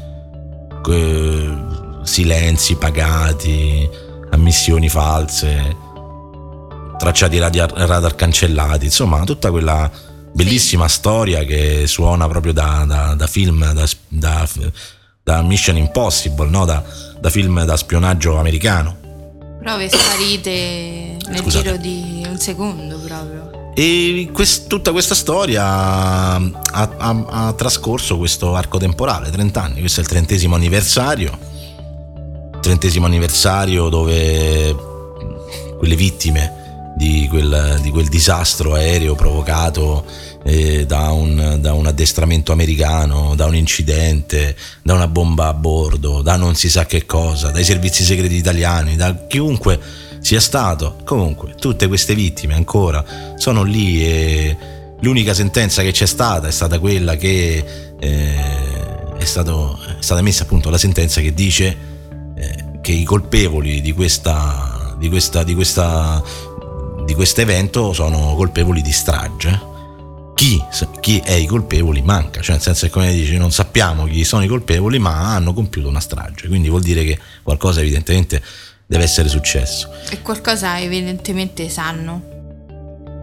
Speaker 3: eh, silenzi pagati, ammissioni false, tracciati radar, radar cancellati, insomma tutta quella bellissima storia che suona proprio da, da, da film da, da, da Mission Impossible, no? da, da film da spionaggio americano.
Speaker 2: Prove sparite nel
Speaker 3: Scusate.
Speaker 2: giro di un secondo proprio.
Speaker 3: E quest, tutta questa storia ha, ha, ha trascorso questo arco temporale, trenta anni, questo è il trentesimo anniversario trentesimo anniversario dove quelle vittime di quel, di quel disastro aereo provocato eh, da, un, da un addestramento americano, da un incidente, da una bomba a bordo, da non si sa che cosa, dai servizi segreti italiani, da chiunque sia stato. Comunque tutte queste vittime ancora sono lì e l'unica sentenza che c'è stata è stata quella che eh, è, stato, è stata messa appunto la sentenza che dice eh, che i colpevoli di questa di questa di questa di questo evento sono colpevoli di strage. Chi, chi è i colpevoli manca, cioè nel senso che, come dici, non sappiamo chi sono i colpevoli, ma hanno compiuto una strage, quindi vuol dire che qualcosa evidentemente deve essere successo.
Speaker 2: E qualcosa evidentemente sanno.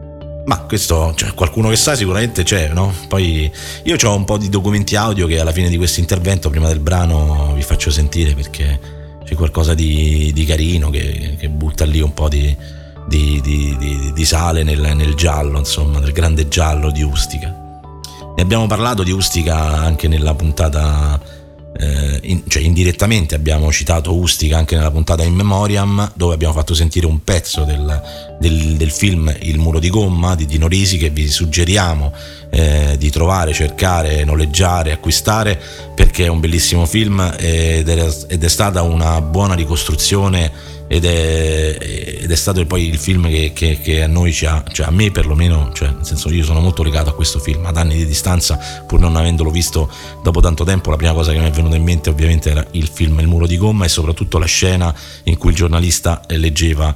Speaker 3: Ma questo, cioè, qualcuno che sa sicuramente c'è, no? Poi io ho un po' di documenti audio che alla fine di questo intervento, prima del brano, vi faccio sentire, perché c'è qualcosa di, di carino che, che butta lì un po' di, di, di, di, di sale nel, nel giallo, insomma, del grande giallo di Ustica. Ne abbiamo parlato di Ustica anche nella puntata, eh, in, cioè indirettamente abbiamo citato Ustica anche nella puntata In Memoriam, dove abbiamo fatto sentire un pezzo del, del, del film Il muro di gomma di Dino Risi, che vi suggeriamo eh, di trovare, cercare, noleggiare, acquistare, perché è un bellissimo film ed è, ed è stata una buona ricostruzione ed è, ed è stato poi il film che, che, che a noi ci ha, cioè a me perlomeno, cioè nel senso, io sono molto legato a questo film ad anni di distanza, pur non avendolo visto dopo tanto tempo. La prima cosa che mi è venuta in mente ovviamente era il film Il muro di gomma e soprattutto la scena in cui il giornalista leggeva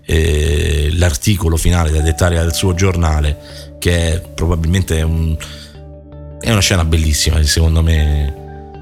Speaker 3: eh, l'articolo finale da dettare al suo giornale, che è probabilmente un, è una scena bellissima, secondo me.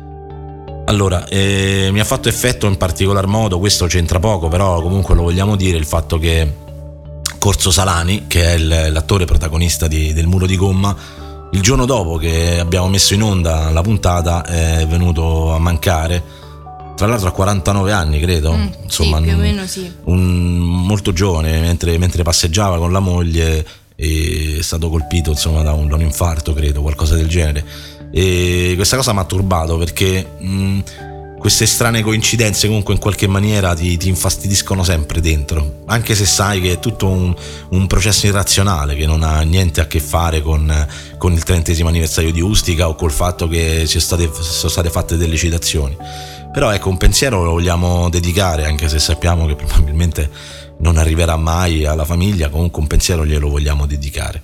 Speaker 3: Allora, eh, mi ha fatto effetto in particolar modo, questo c'entra poco, però comunque lo vogliamo dire, il fatto che Corso Salani, che è il, l'attore protagonista di, del Muro di Gomma, il giorno dopo che abbiamo messo in onda la puntata è venuto a mancare, tra l'altro a quarantanove anni credo,
Speaker 2: mm,
Speaker 3: insomma,
Speaker 2: sì, più o
Speaker 3: un,
Speaker 2: meno sì.
Speaker 3: un, molto giovane, mentre, mentre passeggiava con la moglie è stato colpito, insomma, da un, da un infarto, credo, qualcosa del genere. E questa cosa mi ha turbato, perché mh, queste strane coincidenze comunque in qualche maniera ti, ti infastidiscono sempre dentro, anche se sai che è tutto un, un processo irrazionale che non ha niente a che fare con, con il trentesimo anniversario di Ustica o col fatto che ci state, sono state fatte delle citazioni. Però ecco, un pensiero lo vogliamo dedicare, anche se sappiamo che probabilmente non arriverà mai alla famiglia, comunque un pensiero glielo vogliamo dedicare.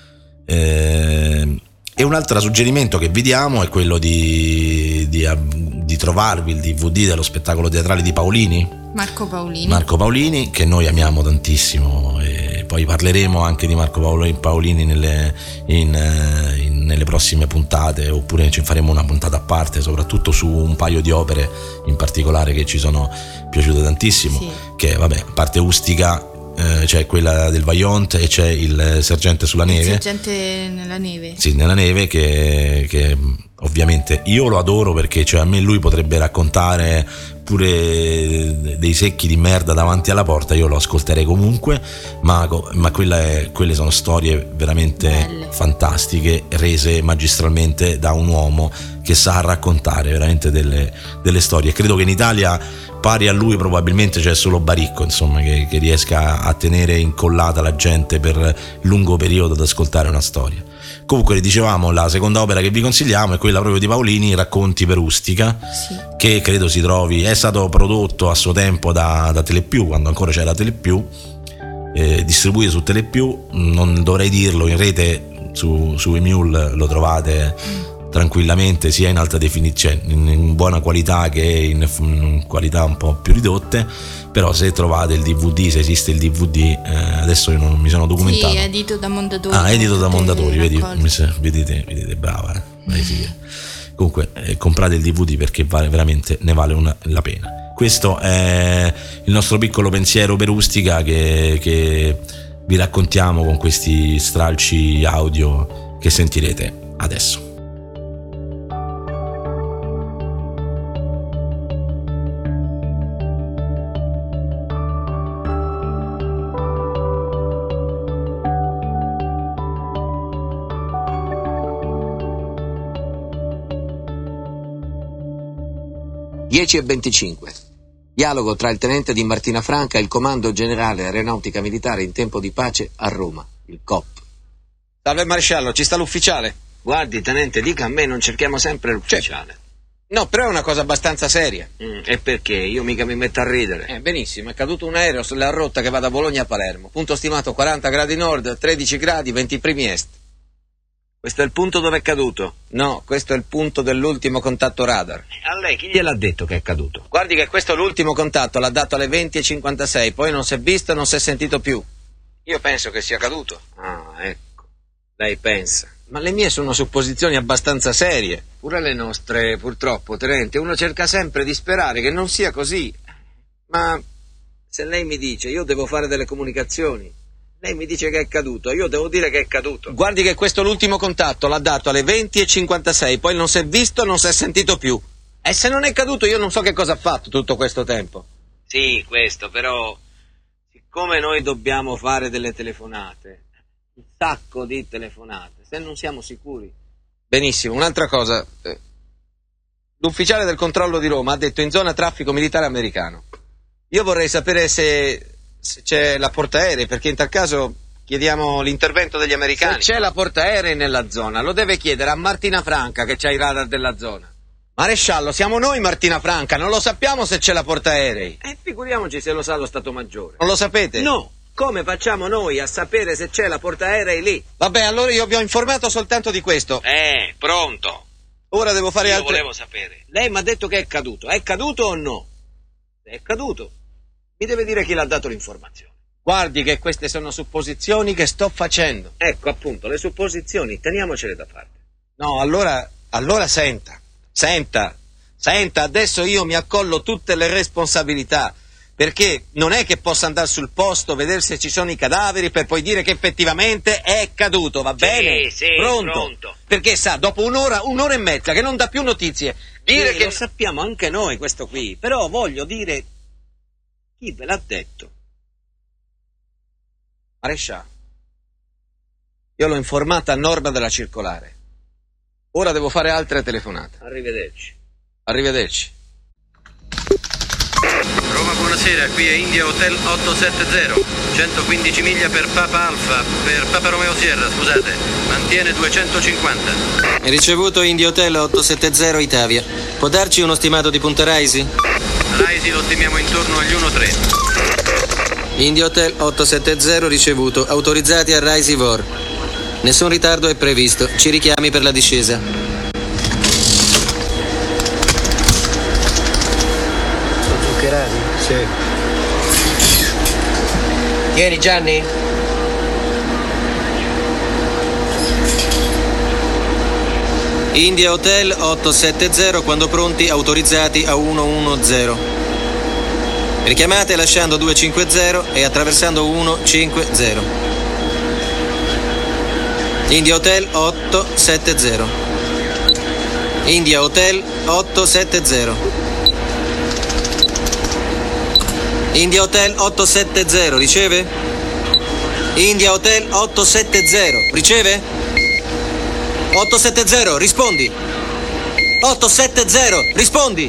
Speaker 3: Eh, E un altro suggerimento che vi diamo è quello di, di, di trovarvi il D V D dello spettacolo teatrale di Paolini,
Speaker 2: Marco Paolini.
Speaker 3: Marco Paolini, che noi amiamo tantissimo, e poi parleremo anche di Marco Paolini nelle, in, in, nelle prossime puntate, oppure ci faremo una puntata a parte, soprattutto su un paio di opere in particolare che ci sono piaciute tantissimo, sì. Che vabbè, a parte Ustica, Eh, c'è quella del Vaillant e c'è il Sergente sulla neve.
Speaker 2: Il Sergente nella neve.
Speaker 3: Sì, nella neve, che, che ovviamente io lo adoro, perché cioè, a me lui potrebbe raccontare pure dei secchi di merda davanti alla porta, io lo ascolterei comunque, ma, ma quella è, quelle sono storie veramente belle, fantastiche, rese magistralmente da un uomo che sa raccontare veramente delle, delle storie. Credo che in Italia pari a lui probabilmente c'è solo Baricco, insomma, che, che riesca a tenere incollata la gente per lungo periodo ad ascoltare una storia. Comunque, dicevamo, la seconda opera che vi consigliamo è quella proprio di Paolini, Racconti per Ustica, sì. Che credo si trovi, è stato prodotto a suo tempo da, da Telepiù, quando ancora c'era Telepiù, eh, distribuito su Telepiù, non dovrei dirlo, in rete su, su Emule lo trovate mm. tranquillamente, sia in alta definizione, in, in buona qualità che in, in qualità un po' più ridotte. Però se trovate il D V D, se esiste il D V D, eh, adesso io non mi sono documentato.
Speaker 2: Sì, edito da Mondadori.
Speaker 3: Ah, edito da Mondadori, vedi, vedete, vedete, brava, eh? Vai, sì. Comunque eh, comprate il D V D, perché vale, veramente ne vale una, la pena. Questo è il nostro piccolo pensiero per Ustica che, che vi raccontiamo con questi stralci audio che sentirete adesso.
Speaker 15: dieci e venticinque. Dialogo tra il tenente di Martina Franca e il Comando Generale Aeronautica Militare in tempo di pace a Roma, il C O P.
Speaker 16: Salve maresciallo, ci sta l'ufficiale.
Speaker 15: Guardi, tenente, dica a me, non cerchiamo sempre l'ufficiale.
Speaker 16: No, però è una cosa abbastanza seria.
Speaker 15: Mm, e perché? Io mica mi metto a ridere.
Speaker 16: Eh, benissimo, è caduto un aereo sulla rotta che va da Bologna a Palermo. Punto stimato quaranta gradi nord, tredici gradi, venti primi est.
Speaker 15: Questo è il punto dove è caduto?
Speaker 16: No, questo è il punto dell'ultimo contatto radar.
Speaker 15: A lei chi gliel'ha detto che è caduto?
Speaker 16: Guardi che questo è l'ultimo contatto, l'ha dato alle venti e cinquantasei, poi non si è visto e non si è sentito più. Io penso che sia caduto.
Speaker 15: Ah, ecco. Lei pensa.
Speaker 16: Ma le mie sono supposizioni abbastanza serie.
Speaker 15: Pure le nostre, purtroppo, tenente, uno cerca sempre di sperare che non sia così. Ma se lei mi dice, io devo fare delle comunicazioni,
Speaker 16: Lei mi dice che è caduto, io devo dire che è caduto. Guardi che questo l'ultimo contatto l'ha dato alle venti e cinquantasei, poi non si è visto, non si è sentito più. E se non è caduto io non so che cosa ha fatto tutto questo tempo. Sì, questo, però siccome noi dobbiamo fare delle telefonate, un sacco di telefonate, se non siamo sicuri. Benissimo, un'altra cosa. L'ufficiale del controllo di Roma ha detto in zona traffico militare americano. Io vorrei sapere se, se c'è la portaerei, perché in tal caso chiediamo l'intervento degli americani. Se c'è la portaerei nella zona, lo deve chiedere a Martina Franca, che c'ha i radar della zona. Maresciallo, siamo noi Martina Franca, non lo sappiamo se c'è la portaerei. E eh, figuriamoci se lo sa lo Stato Maggiore. Non lo sapete? No. Come facciamo noi a sapere se c'è la portaerei lì? Vabbè, allora io vi ho informato soltanto di questo. Eh, pronto. Ora devo fare
Speaker 11: io
Speaker 16: altre...
Speaker 11: volevo sapere.
Speaker 16: Lei mi ha detto che è caduto. È caduto o no? Se è caduto, mi deve dire chi l'ha dato l'informazione. Guardi che queste sono supposizioni che sto facendo. Ecco, appunto, le supposizioni, teniamocele da parte. No, allora, allora senta. Senta, senta, adesso io mi accollo tutte le responsabilità, perché non è che possa andare sul posto, vedere se ci sono i cadaveri per poi dire che effettivamente è caduto, va
Speaker 11: sì,
Speaker 16: bene?
Speaker 11: Sì,
Speaker 16: pronto?
Speaker 11: pronto.
Speaker 16: Perché sa, dopo un'ora, un'ora e mezza che non dà più notizie, dire
Speaker 11: sì,
Speaker 16: che...
Speaker 11: Lo
Speaker 16: sappiamo anche noi questo qui, però voglio dire, chi ve l'ha detto? Maresciallo, io l'ho informata a norma della circolare. Ora devo fare altre telefonate. Arrivederci. Arrivederci.
Speaker 11: Roma, buonasera, qui è India Hotel ottocentosettanta, centoquindici miglia per Papa Alfa, per Papa Romeo Sierra, scusate, mantiene duecentocinquanta.
Speaker 17: Ricevuto India Hotel ottocentosettanta Italia. Può darci uno stimato di punta Raisi?
Speaker 11: Raisi lo stimiamo intorno agli uno virgola tre.
Speaker 17: India Hotel ottocentosettanta ricevuto, autorizzati a Raisi Vor. Nessun ritardo è previsto, ci richiami per la discesa.
Speaker 18: Sono zuccherati? Sì.
Speaker 17: Vieni Gianni. India Hotel ottocentosettanta, quando pronti autorizzati a centodieci. Richiamate lasciando duecentocinquanta e attraversando centocinquanta. India Hotel ottocentosettanta. India Hotel ottocentosettanta. India Hotel ottocentosettanta, riceve? India Hotel ottocentosettanta, riceve? ottocentosettanta, rispondi. ottocentosettanta, rispondi.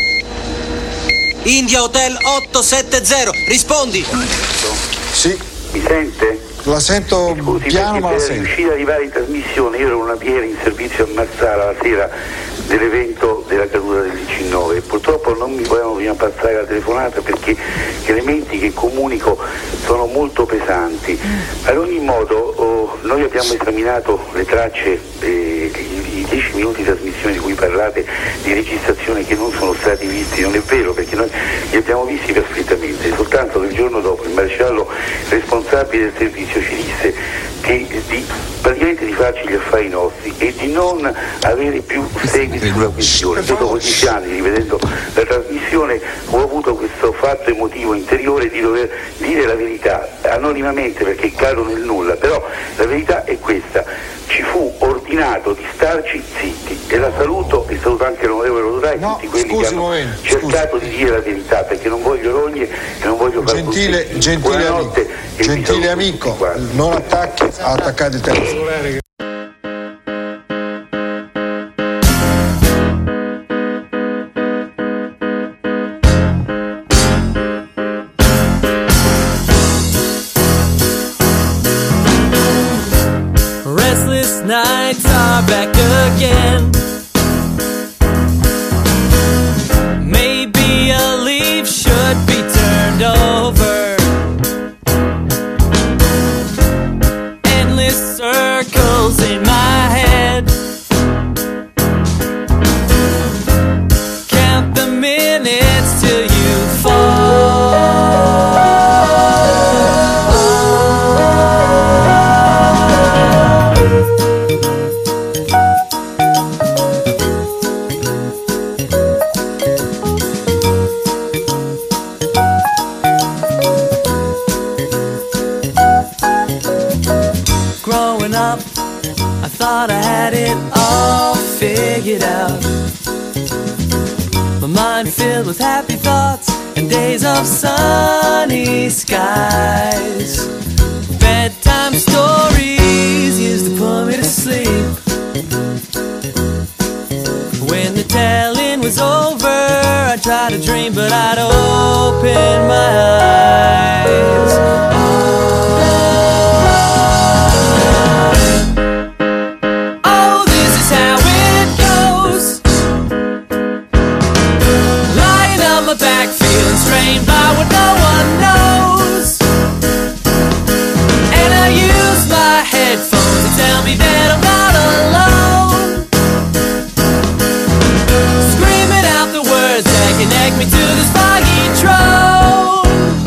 Speaker 17: India Hotel ottocentosettanta, rispondi.
Speaker 10: Sì. Mi sente?
Speaker 18: La sento
Speaker 10: Scusi,
Speaker 18: piano, ma la
Speaker 10: per
Speaker 18: sento.
Speaker 10: riuscire ad arrivare in trasmissione, io ero una ieri in servizio a Marsala la sera dell'evento della caduta del diciannove e purtroppo non mi volevano prima passare la telefonata perché gli elementi che comunico sono molto pesanti. Ad ogni modo oh, noi abbiamo esaminato le tracce, eh, i, i dieci minuti di trasmissione di cui parlate, di registrazione che non sono stati visti. Non è vero, perché noi li abbiamo visti perfettamente, soltanto che il giorno dopo il maresciallo responsabile del servizio ci disse che di, praticamente di farci gli affari nostri e di non avere più seguito sulla questione. Io dopo dieci anni, rivedendo la trasmissione, ho avuto questo fatto emotivo interiore di dover dire la verità anonimamente, perché cado nel nulla, però la verità è questa: ci fu ordinato di starci zitti, e la saluto e saluto anche l'onorevole Rodai e no, tutti quelli che hanno momento, cercato scusi. di dire la verità, perché non voglio rogne e non voglio fare
Speaker 18: gentile, gentile amico, gentile amico, non attacchi, ha attaccato il telefono.
Speaker 9: Restless nights are back again. Maybe a leaf should be turned over. Endless circles in my head. Count the minutes till you fall.
Speaker 19: growing up, I thought I had it all figured out. My mind filled with happy thoughts and days of sunny skies. Bedtime stories used to put me to sleep. When the telling was over, I'd try to dream, but I'd open my eyes. Oh, this is how it goes. Lying on my back, feeling strained by what no one knows. And I use my headphones to tell me that I'm not alone. Screaming out the words that connect me to this foggy drone.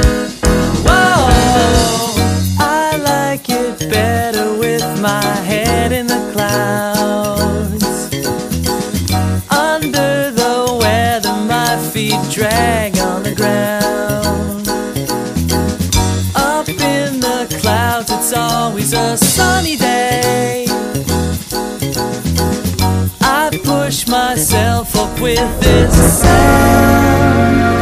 Speaker 19: Whoa, I like it better with my head in the clouds. Under the weather, my feet drag on the ground. Up in the clouds, it's always a sunny day. I push myself up with this sound.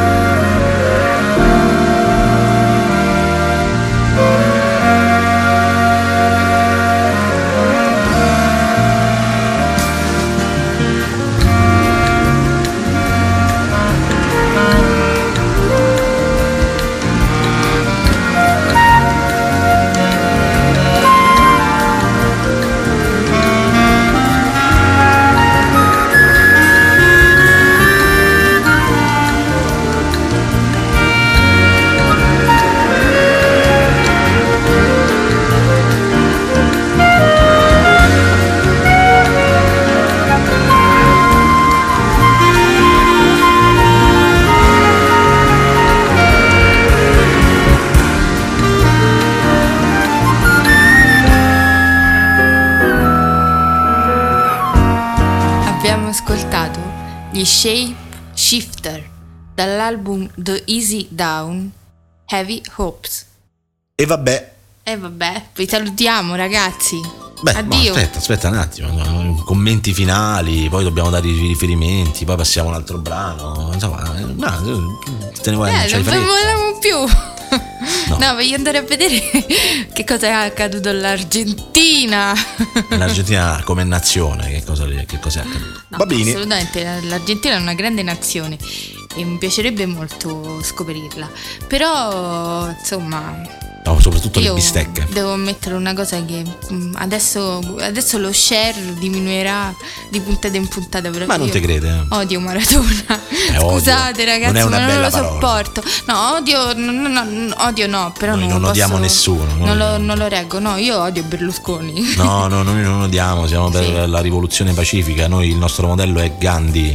Speaker 2: Gli Shape Shifter dall'album The Easy Down, Heavy Hopes.
Speaker 3: E vabbè.
Speaker 2: E vabbè, vi salutiamo ragazzi.
Speaker 3: Beh,
Speaker 2: addio.
Speaker 3: Ma aspetta, aspetta un attimo, commenti finali, poi dobbiamo dare i riferimenti, poi passiamo a un altro brano. Insomma, no, te ne vuoi
Speaker 2: eh,
Speaker 3: non
Speaker 2: volevamo più. No. no, voglio andare a vedere che cosa è accaduto all'Argentina.
Speaker 3: L'Argentina come nazione, che cosa, che cosa è accaduto?
Speaker 2: No,
Speaker 3: Va bene.
Speaker 2: Assolutamente, l'Argentina è una grande nazione e mi piacerebbe molto scoprirla. Però, insomma...
Speaker 3: No, soprattutto le bistecche.
Speaker 2: Devo mettere una cosa che adesso, adesso lo share diminuirà di puntata in puntata.
Speaker 3: Ma non te crede?
Speaker 2: Odio Maradona.
Speaker 3: Eh,
Speaker 2: Scusate
Speaker 3: odio.
Speaker 2: ragazzi,
Speaker 3: non è una
Speaker 2: ma
Speaker 3: bella
Speaker 2: non lo
Speaker 3: parola.
Speaker 2: sopporto. No, odio, no, no, no, odio no, però
Speaker 3: noi
Speaker 2: non,
Speaker 3: non
Speaker 2: posso,
Speaker 3: odiamo nessuno.
Speaker 2: Non lo, non lo reggo, no, io odio Berlusconi.
Speaker 3: No, no, noi non odiamo, siamo per sì. la rivoluzione pacifica. Noi il nostro modello è Gandhi.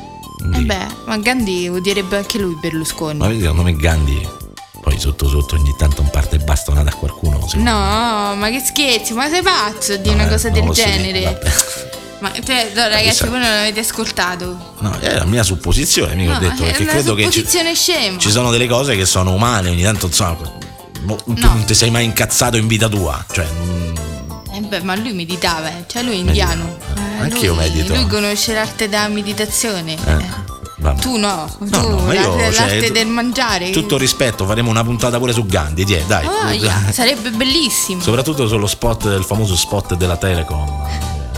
Speaker 2: Eh beh, ma Gandhi odierebbe anche lui Berlusconi.
Speaker 3: Ma vedi, secondo me Gandhi poi sotto sotto ogni tanto un parte bastonata a qualcuno.
Speaker 2: No, ma che scherzi, ma sei pazzo di no, una cosa del genere? Ma cioè, no, ragazzi, voi non l'avete ascoltato?
Speaker 3: No, è la mia supposizione, mica
Speaker 2: no,
Speaker 3: ho detto, perché credo che ci,
Speaker 2: scema.
Speaker 3: ci sono delle cose che sono umane, ogni tanto insomma, no. tu non ti sei mai incazzato in vita tua, cioè
Speaker 2: eh beh, ma lui meditava, eh. Cioè lui è indiano.
Speaker 3: Eh, Anche io medito.
Speaker 2: Lui conosce l'arte della meditazione.
Speaker 3: Eh.
Speaker 2: Vabbè. Tu no,
Speaker 3: no,
Speaker 2: tu
Speaker 3: no, io,
Speaker 2: l'arte,
Speaker 3: cioè,
Speaker 2: l'arte del mangiare.
Speaker 3: Tutto rispetto, faremo una puntata pure su Gandhi, die, dai.
Speaker 2: Oh, yeah, sarebbe bellissimo.
Speaker 3: Soprattutto sullo spot del famoso spot della Telecom.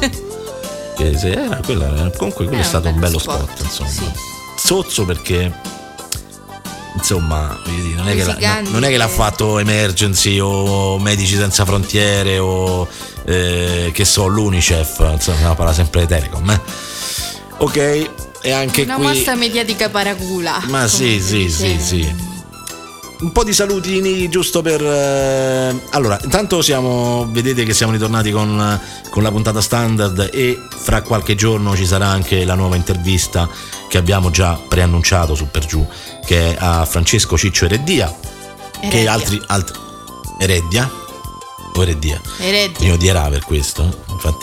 Speaker 3: che se era quella, comunque quello è, è stato un bello spot, spot insomma. Sì. Sozzo perché insomma, dire, non, è che la, non è che l'ha fatto Emergency o Medici Senza Frontiere o eh, che so, l'Unicef, insomma, parla sempre di Telecom, eh. Ok. E anche
Speaker 2: una
Speaker 3: qui
Speaker 2: mossa mediatica paracula.
Speaker 3: Ma sì, sì, sì, sì. Un po' di salutini giusto per eh... allora, intanto siamo, vedete che siamo ritornati con, con la puntata standard e fra qualche giorno ci sarà anche la nuova intervista che abbiamo già preannunciato su per giù, che è a Francesco Ciccio Ereddia, Ereddia. Che altri, altri Ereddia o Ereddia?
Speaker 2: Ereddia.
Speaker 3: Mi odierà per questo, infatti.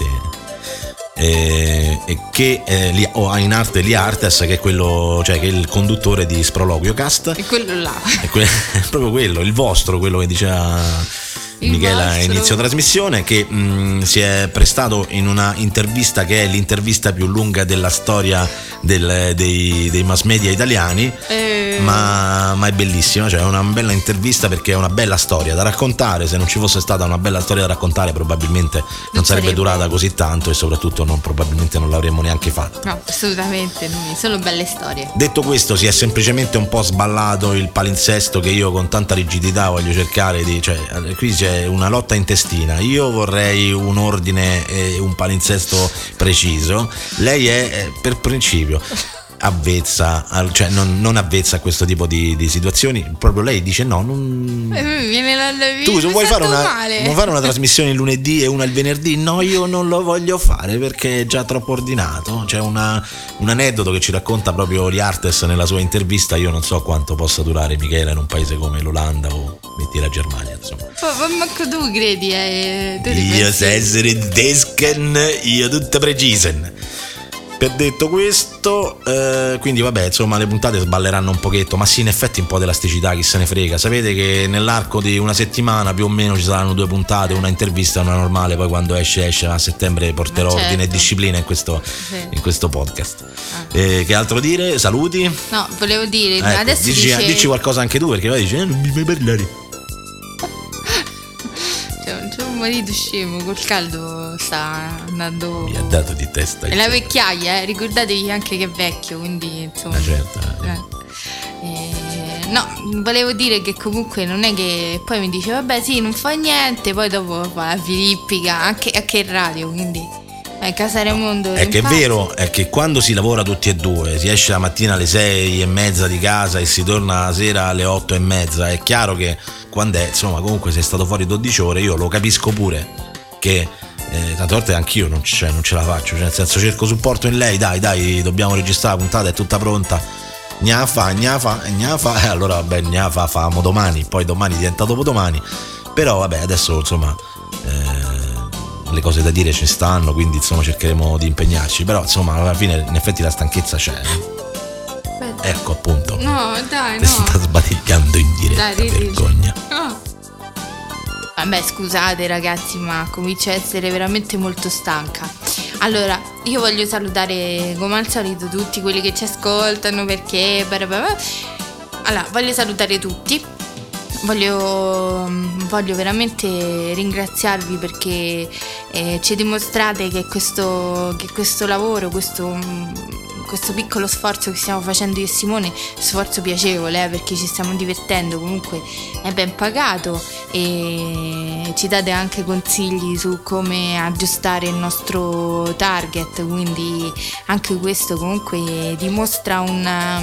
Speaker 3: E, e che eh, li, o in arte Lia Artes, che è quello, cioè che è il conduttore di Sproloquio Cast,
Speaker 2: e quello là
Speaker 3: è, que- è proprio quello, il vostro, quello che diceva
Speaker 2: Il
Speaker 3: Michela a
Speaker 2: vostro.
Speaker 3: inizio trasmissione, che mh, si è prestato in una intervista che è l'intervista più lunga della storia del, dei, dei mass media italiani.
Speaker 2: Eh.
Speaker 3: Ma, ma è bellissima, cioè è una bella intervista perché è una bella storia da raccontare. Se non ci fosse stata una bella storia da raccontare probabilmente non, non sarebbe, sarebbe durata così tanto, e soprattutto non, probabilmente non l'avremmo neanche fatta.
Speaker 2: No, assolutamente, non solo belle storie.
Speaker 3: Detto questo, si è semplicemente un po' sballato il palinsesto che io con tanta rigidità voglio cercare di, cioè qui c'è una lotta intestina. Io vorrei un ordine e un palinsesto preciso, lei è per principio avvezza, cioè non, non avvezza a questo tipo di, di situazioni. Proprio lei dice no, non...
Speaker 2: eh, viene la, la,
Speaker 3: tu se vuoi fare, una, vuoi fare una trasmissione il lunedì e una il venerdì, no, io non lo voglio fare perché è già troppo ordinato. C'è una, un aneddoto che ci racconta proprio Liartes nella sua intervista. Io non so quanto possa durare Michela in un paese come l'Olanda o metti la Germania, insomma.
Speaker 2: Ma manco tu credi, eh? Tu
Speaker 3: io se essere desken, io tutte precisen. Per detto questo, eh, quindi vabbè, insomma, le puntate sballeranno un pochetto, ma sì, in effetti un po' di elasticità, chi se ne frega. Sapete che nell'arco di una settimana più o meno ci saranno due puntate, una intervista e una normale. Poi quando esce esce, a settembre porterò certo. ordine e disciplina in questo, sì. in questo podcast. Ah. Eh, che altro dire? Saluti?
Speaker 2: No, volevo dire,
Speaker 3: ecco,
Speaker 2: adesso
Speaker 3: dici,
Speaker 2: dice...
Speaker 3: dici qualcosa anche tu, perché poi dici eh, non mi fai parlare.
Speaker 2: C'è un marito scemo, col caldo sta andando.
Speaker 3: Mi ha dato di testa.
Speaker 2: E la vecchiaia, eh? Ricordatevi anche che è vecchio, quindi insomma.
Speaker 3: Ma certo.
Speaker 2: Eh. Eh, no, volevo dire che comunque non è che poi mi dice vabbè sì, non fa niente, poi dopo fa la filippica, anche, anche in radio, quindi. Eh, Casa Raimondo.
Speaker 3: No, è che è vero, è che quando si lavora tutti e due, si esce la mattina alle sei e mezza di casa e si torna la sera alle otto e mezza, è chiaro che quando è, insomma, comunque sei stato fuori dodici ore, io lo capisco pure che eh, tante volte anch'io non, cioè, non ce la faccio, cioè nel senso cerco supporto in lei, dai dai dobbiamo registrare la puntata, è tutta pronta, gnafa, gnafa, gnafa, e allora vabbè gnafa famo domani, poi domani diventa dopodomani, però vabbè adesso insomma eh, le cose da dire ci stanno, quindi insomma cercheremo di impegnarci, però insomma alla fine in effetti la stanchezza c'è. Beh, ecco appunto.
Speaker 2: No, dai,
Speaker 3: Ti
Speaker 2: no.
Speaker 3: sta sbadigliando in diretta, dai, vergogna.
Speaker 2: No. Vabbè, scusate ragazzi, ma comincio a essere veramente molto stanca. Allora, io voglio salutare come al solito tutti quelli che ci ascoltano, perché allora, voglio salutare tutti. Voglio, voglio veramente ringraziarvi perché eh, ci dimostrate che questo, che questo lavoro, questo, questo piccolo sforzo che stiamo facendo io e Simone, sforzo piacevole eh, perché ci stiamo divertendo, comunque è ben pagato, e ci date anche consigli su come aggiustare il nostro target, quindi anche questo comunque dimostra una...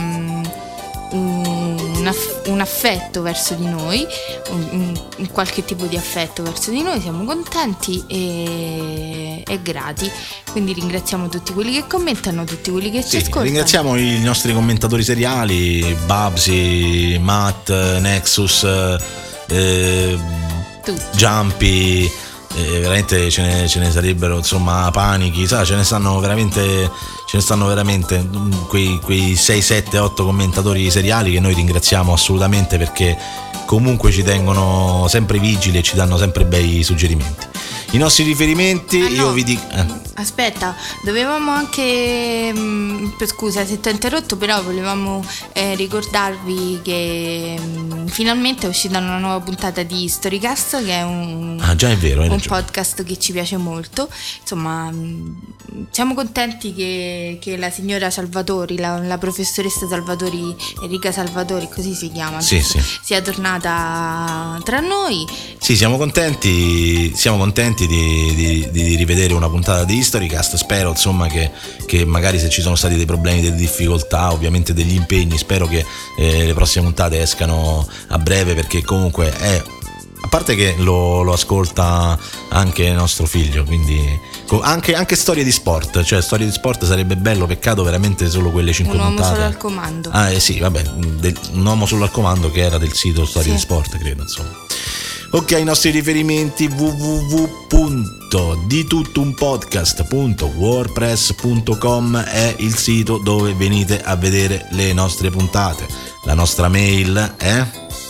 Speaker 2: Un, aff- un affetto verso di noi, un, un qualche tipo di affetto verso di noi, siamo contenti e, e grati, quindi ringraziamo tutti quelli che commentano, tutti quelli che ci
Speaker 3: sì,
Speaker 2: ascoltano.
Speaker 3: Ringraziamo i nostri commentatori seriali, Babsi, Matt, Nexus, eh, Jumpy, eh, veramente ce ne, ce ne sarebbero, insomma, Panichi, sa, ce ne stanno veramente ce ne stanno veramente quei, quei sei, sette, otto commentatori seriali che noi ringraziamo assolutamente, perché comunque ci tengono sempre vigili e ci danno sempre bei suggerimenti. I nostri riferimenti, ah, no. io vi dico eh.
Speaker 2: Aspetta, dovevamo anche mh, scusa se ti ho interrotto, però volevamo eh, ricordarvi che mh, finalmente è uscita una nuova puntata di Storycast, che è un,
Speaker 3: ah, già è vero,
Speaker 2: un podcast che ci piace molto. Insomma, mh, siamo contenti che, che la signora Salvatori, la, la professoressa Salvatori, Enrica Salvatori, così si chiama,
Speaker 3: sì, sì.
Speaker 2: sia tornata tra noi.
Speaker 3: Sì, siamo contenti, siamo contenti di, di, di rivedere una puntata di Storycast. Spero insomma che, che magari se ci sono stati dei problemi, delle difficoltà, ovviamente degli impegni, spero che eh, le prossime puntate escano a breve, perché comunque è, a parte che lo, lo ascolta anche nostro figlio, quindi anche, anche storie di sport, cioè storie di sport sarebbe bello, peccato veramente solo quelle cinque
Speaker 2: puntate. Un uomo
Speaker 3: puntate.
Speaker 2: solo al comando.
Speaker 3: Ah eh sì, vabbè, del, un uomo solo al comando, che era del sito Storie
Speaker 2: sì.
Speaker 3: di Sport, credo, insomma. Ok, i nostri riferimenti: w w w punto di tutto un podcast punto wordpress punto com è il sito dove venite a vedere le nostre puntate. La nostra mail è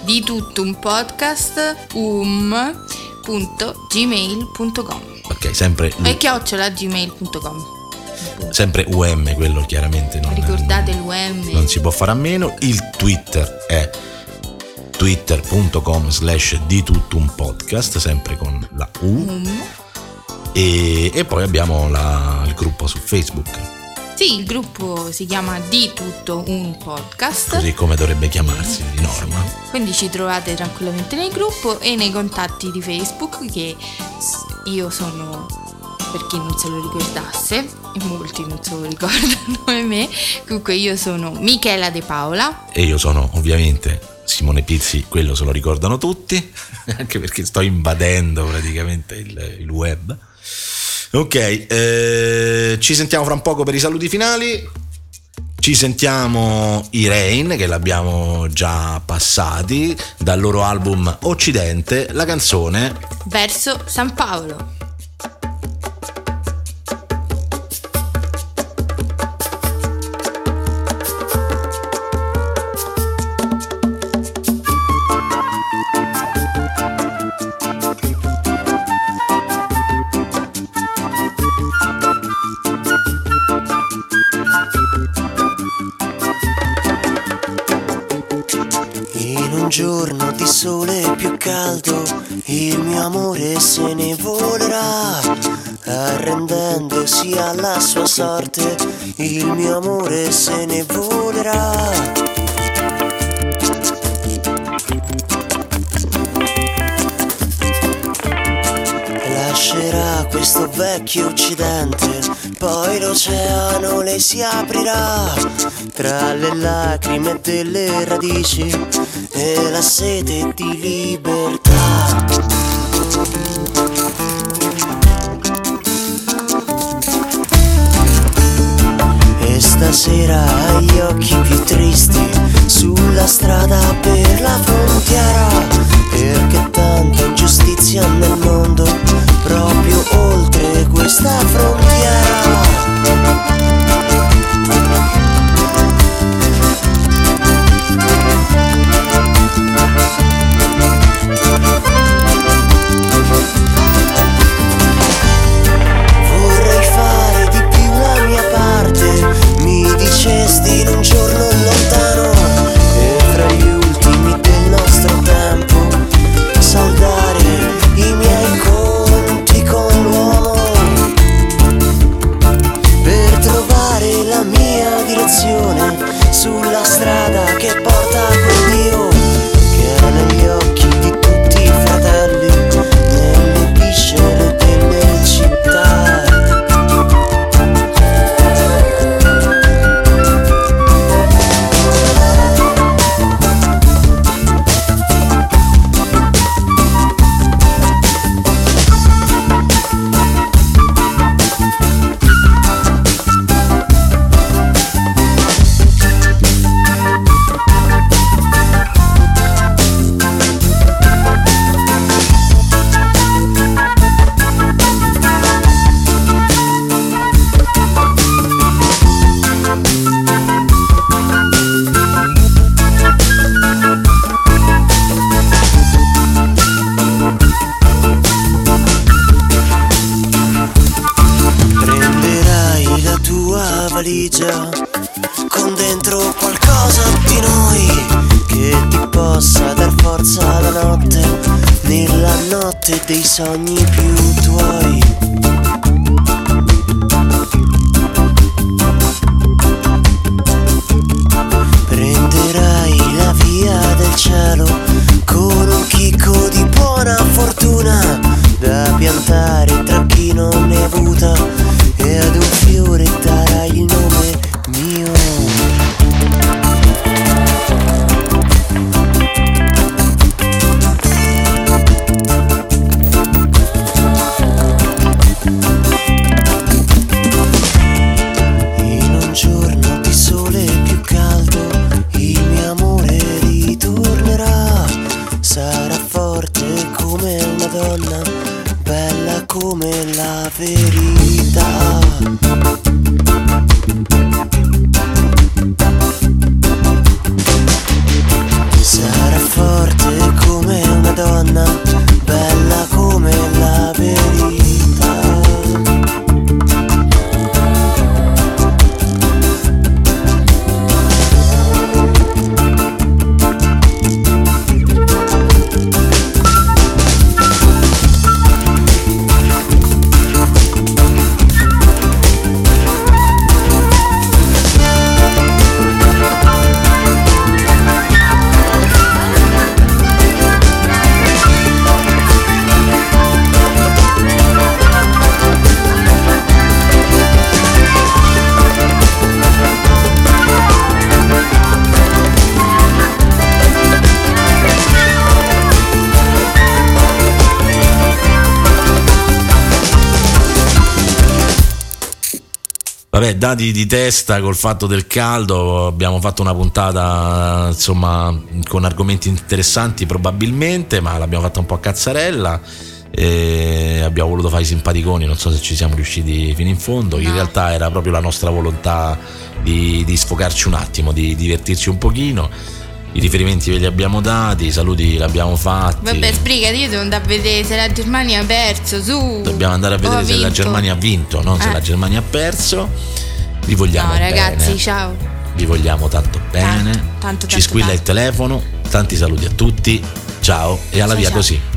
Speaker 2: di tutto un podcast um punto gmail punto com.
Speaker 3: Ok, sempre
Speaker 2: e chiocciola gmail punto com.
Speaker 3: Sempre U M, quello chiaramente non,
Speaker 2: ricordate l'U M,
Speaker 3: non si può fare a meno. Il Twitter è twitter punto com slash di tutto un podcast, sempre con la U. Um. E, e poi abbiamo la, il gruppo su Facebook.
Speaker 2: Sì, il gruppo si chiama Di tutto un podcast,
Speaker 3: così come dovrebbe chiamarsi di norma.
Speaker 2: Quindi ci trovate tranquillamente nel gruppo e nei contatti di Facebook, che io sono, per chi non se lo ricordasse, e molti non se lo ricordano come me, comunque io sono Michela De Paola.
Speaker 3: E io sono ovviamente Simone Pizzi, quello se lo ricordano tutti, anche perché sto invadendo praticamente il, il web. Ok, eh, ci sentiamo fra un poco per i saluti finali. Ci sentiamo i Rain, che l'abbiamo già passati, dal loro album Occidente, la canzone
Speaker 2: Verso San Paolo.
Speaker 20: Giorno di sole più caldo, il mio amore se ne volerà, arrendendosi alla sua sorte, il mio amore se ne volerà. Lascerà questo vecchio occidente, poi l'oceano le si aprirà, tra le lacrime delle radici e la sete di libertà. E stasera hai gli occhi più tristi sulla strada per la frontiera, perché tanta ingiustizia nel mondo, proprio oltre questa frontiera. Vorrei fare di più la mia parte, mi dicesti in un giorno lontano, e fra gli ultimi del nostro tempo saldare i miei conti con l'uomo, per trovare la mia direzione sulla strada che porta a quel Dio che è negli occhi di tutti i fratelli, nelle viscere delle città. Con dentro qualcosa di noi che ti possa dar forza la notte, nella notte dei sogni più tuoi. Prenderai la via del cielo con un chicco di buona fortuna da piantare tra chi non ne ha avuta, e ad un fiore darai il nome mio. In un giorno di sole più caldo, il mio amore ritornerà, sarà forte come una donna, bella come la verità. Sarà forte una donna bella come la verità.
Speaker 3: Vabbè, dati di testa col fatto del caldo, abbiamo fatto una puntata insomma con argomenti interessanti probabilmente, ma l'abbiamo fatta un po' a cazzarella e abbiamo voluto fare i simpaticoni, non so se ci siamo riusciti fino in fondo. In realtà era proprio la nostra volontà di, di sfogarci un attimo, di divertirci un pochino. I riferimenti ve li abbiamo dati, i saluti li abbiamo fatti.
Speaker 2: Vabbè, sbrigati, io devo andare a vedere se la Germania ha perso, su.
Speaker 3: Dobbiamo andare a vedere se
Speaker 2: vinto.
Speaker 3: la Germania ha vinto, non eh. se la Germania ha perso. Vi vogliamo
Speaker 2: no, ragazzi,
Speaker 3: bene.
Speaker 2: ciao.
Speaker 3: Vi vogliamo tanto bene.
Speaker 2: Tanto, tanto,
Speaker 3: Ci squilla
Speaker 2: tanto.
Speaker 3: il telefono. Tanti saluti a tutti. Ciao e alla
Speaker 2: ciao,
Speaker 3: via
Speaker 2: ciao.
Speaker 3: così.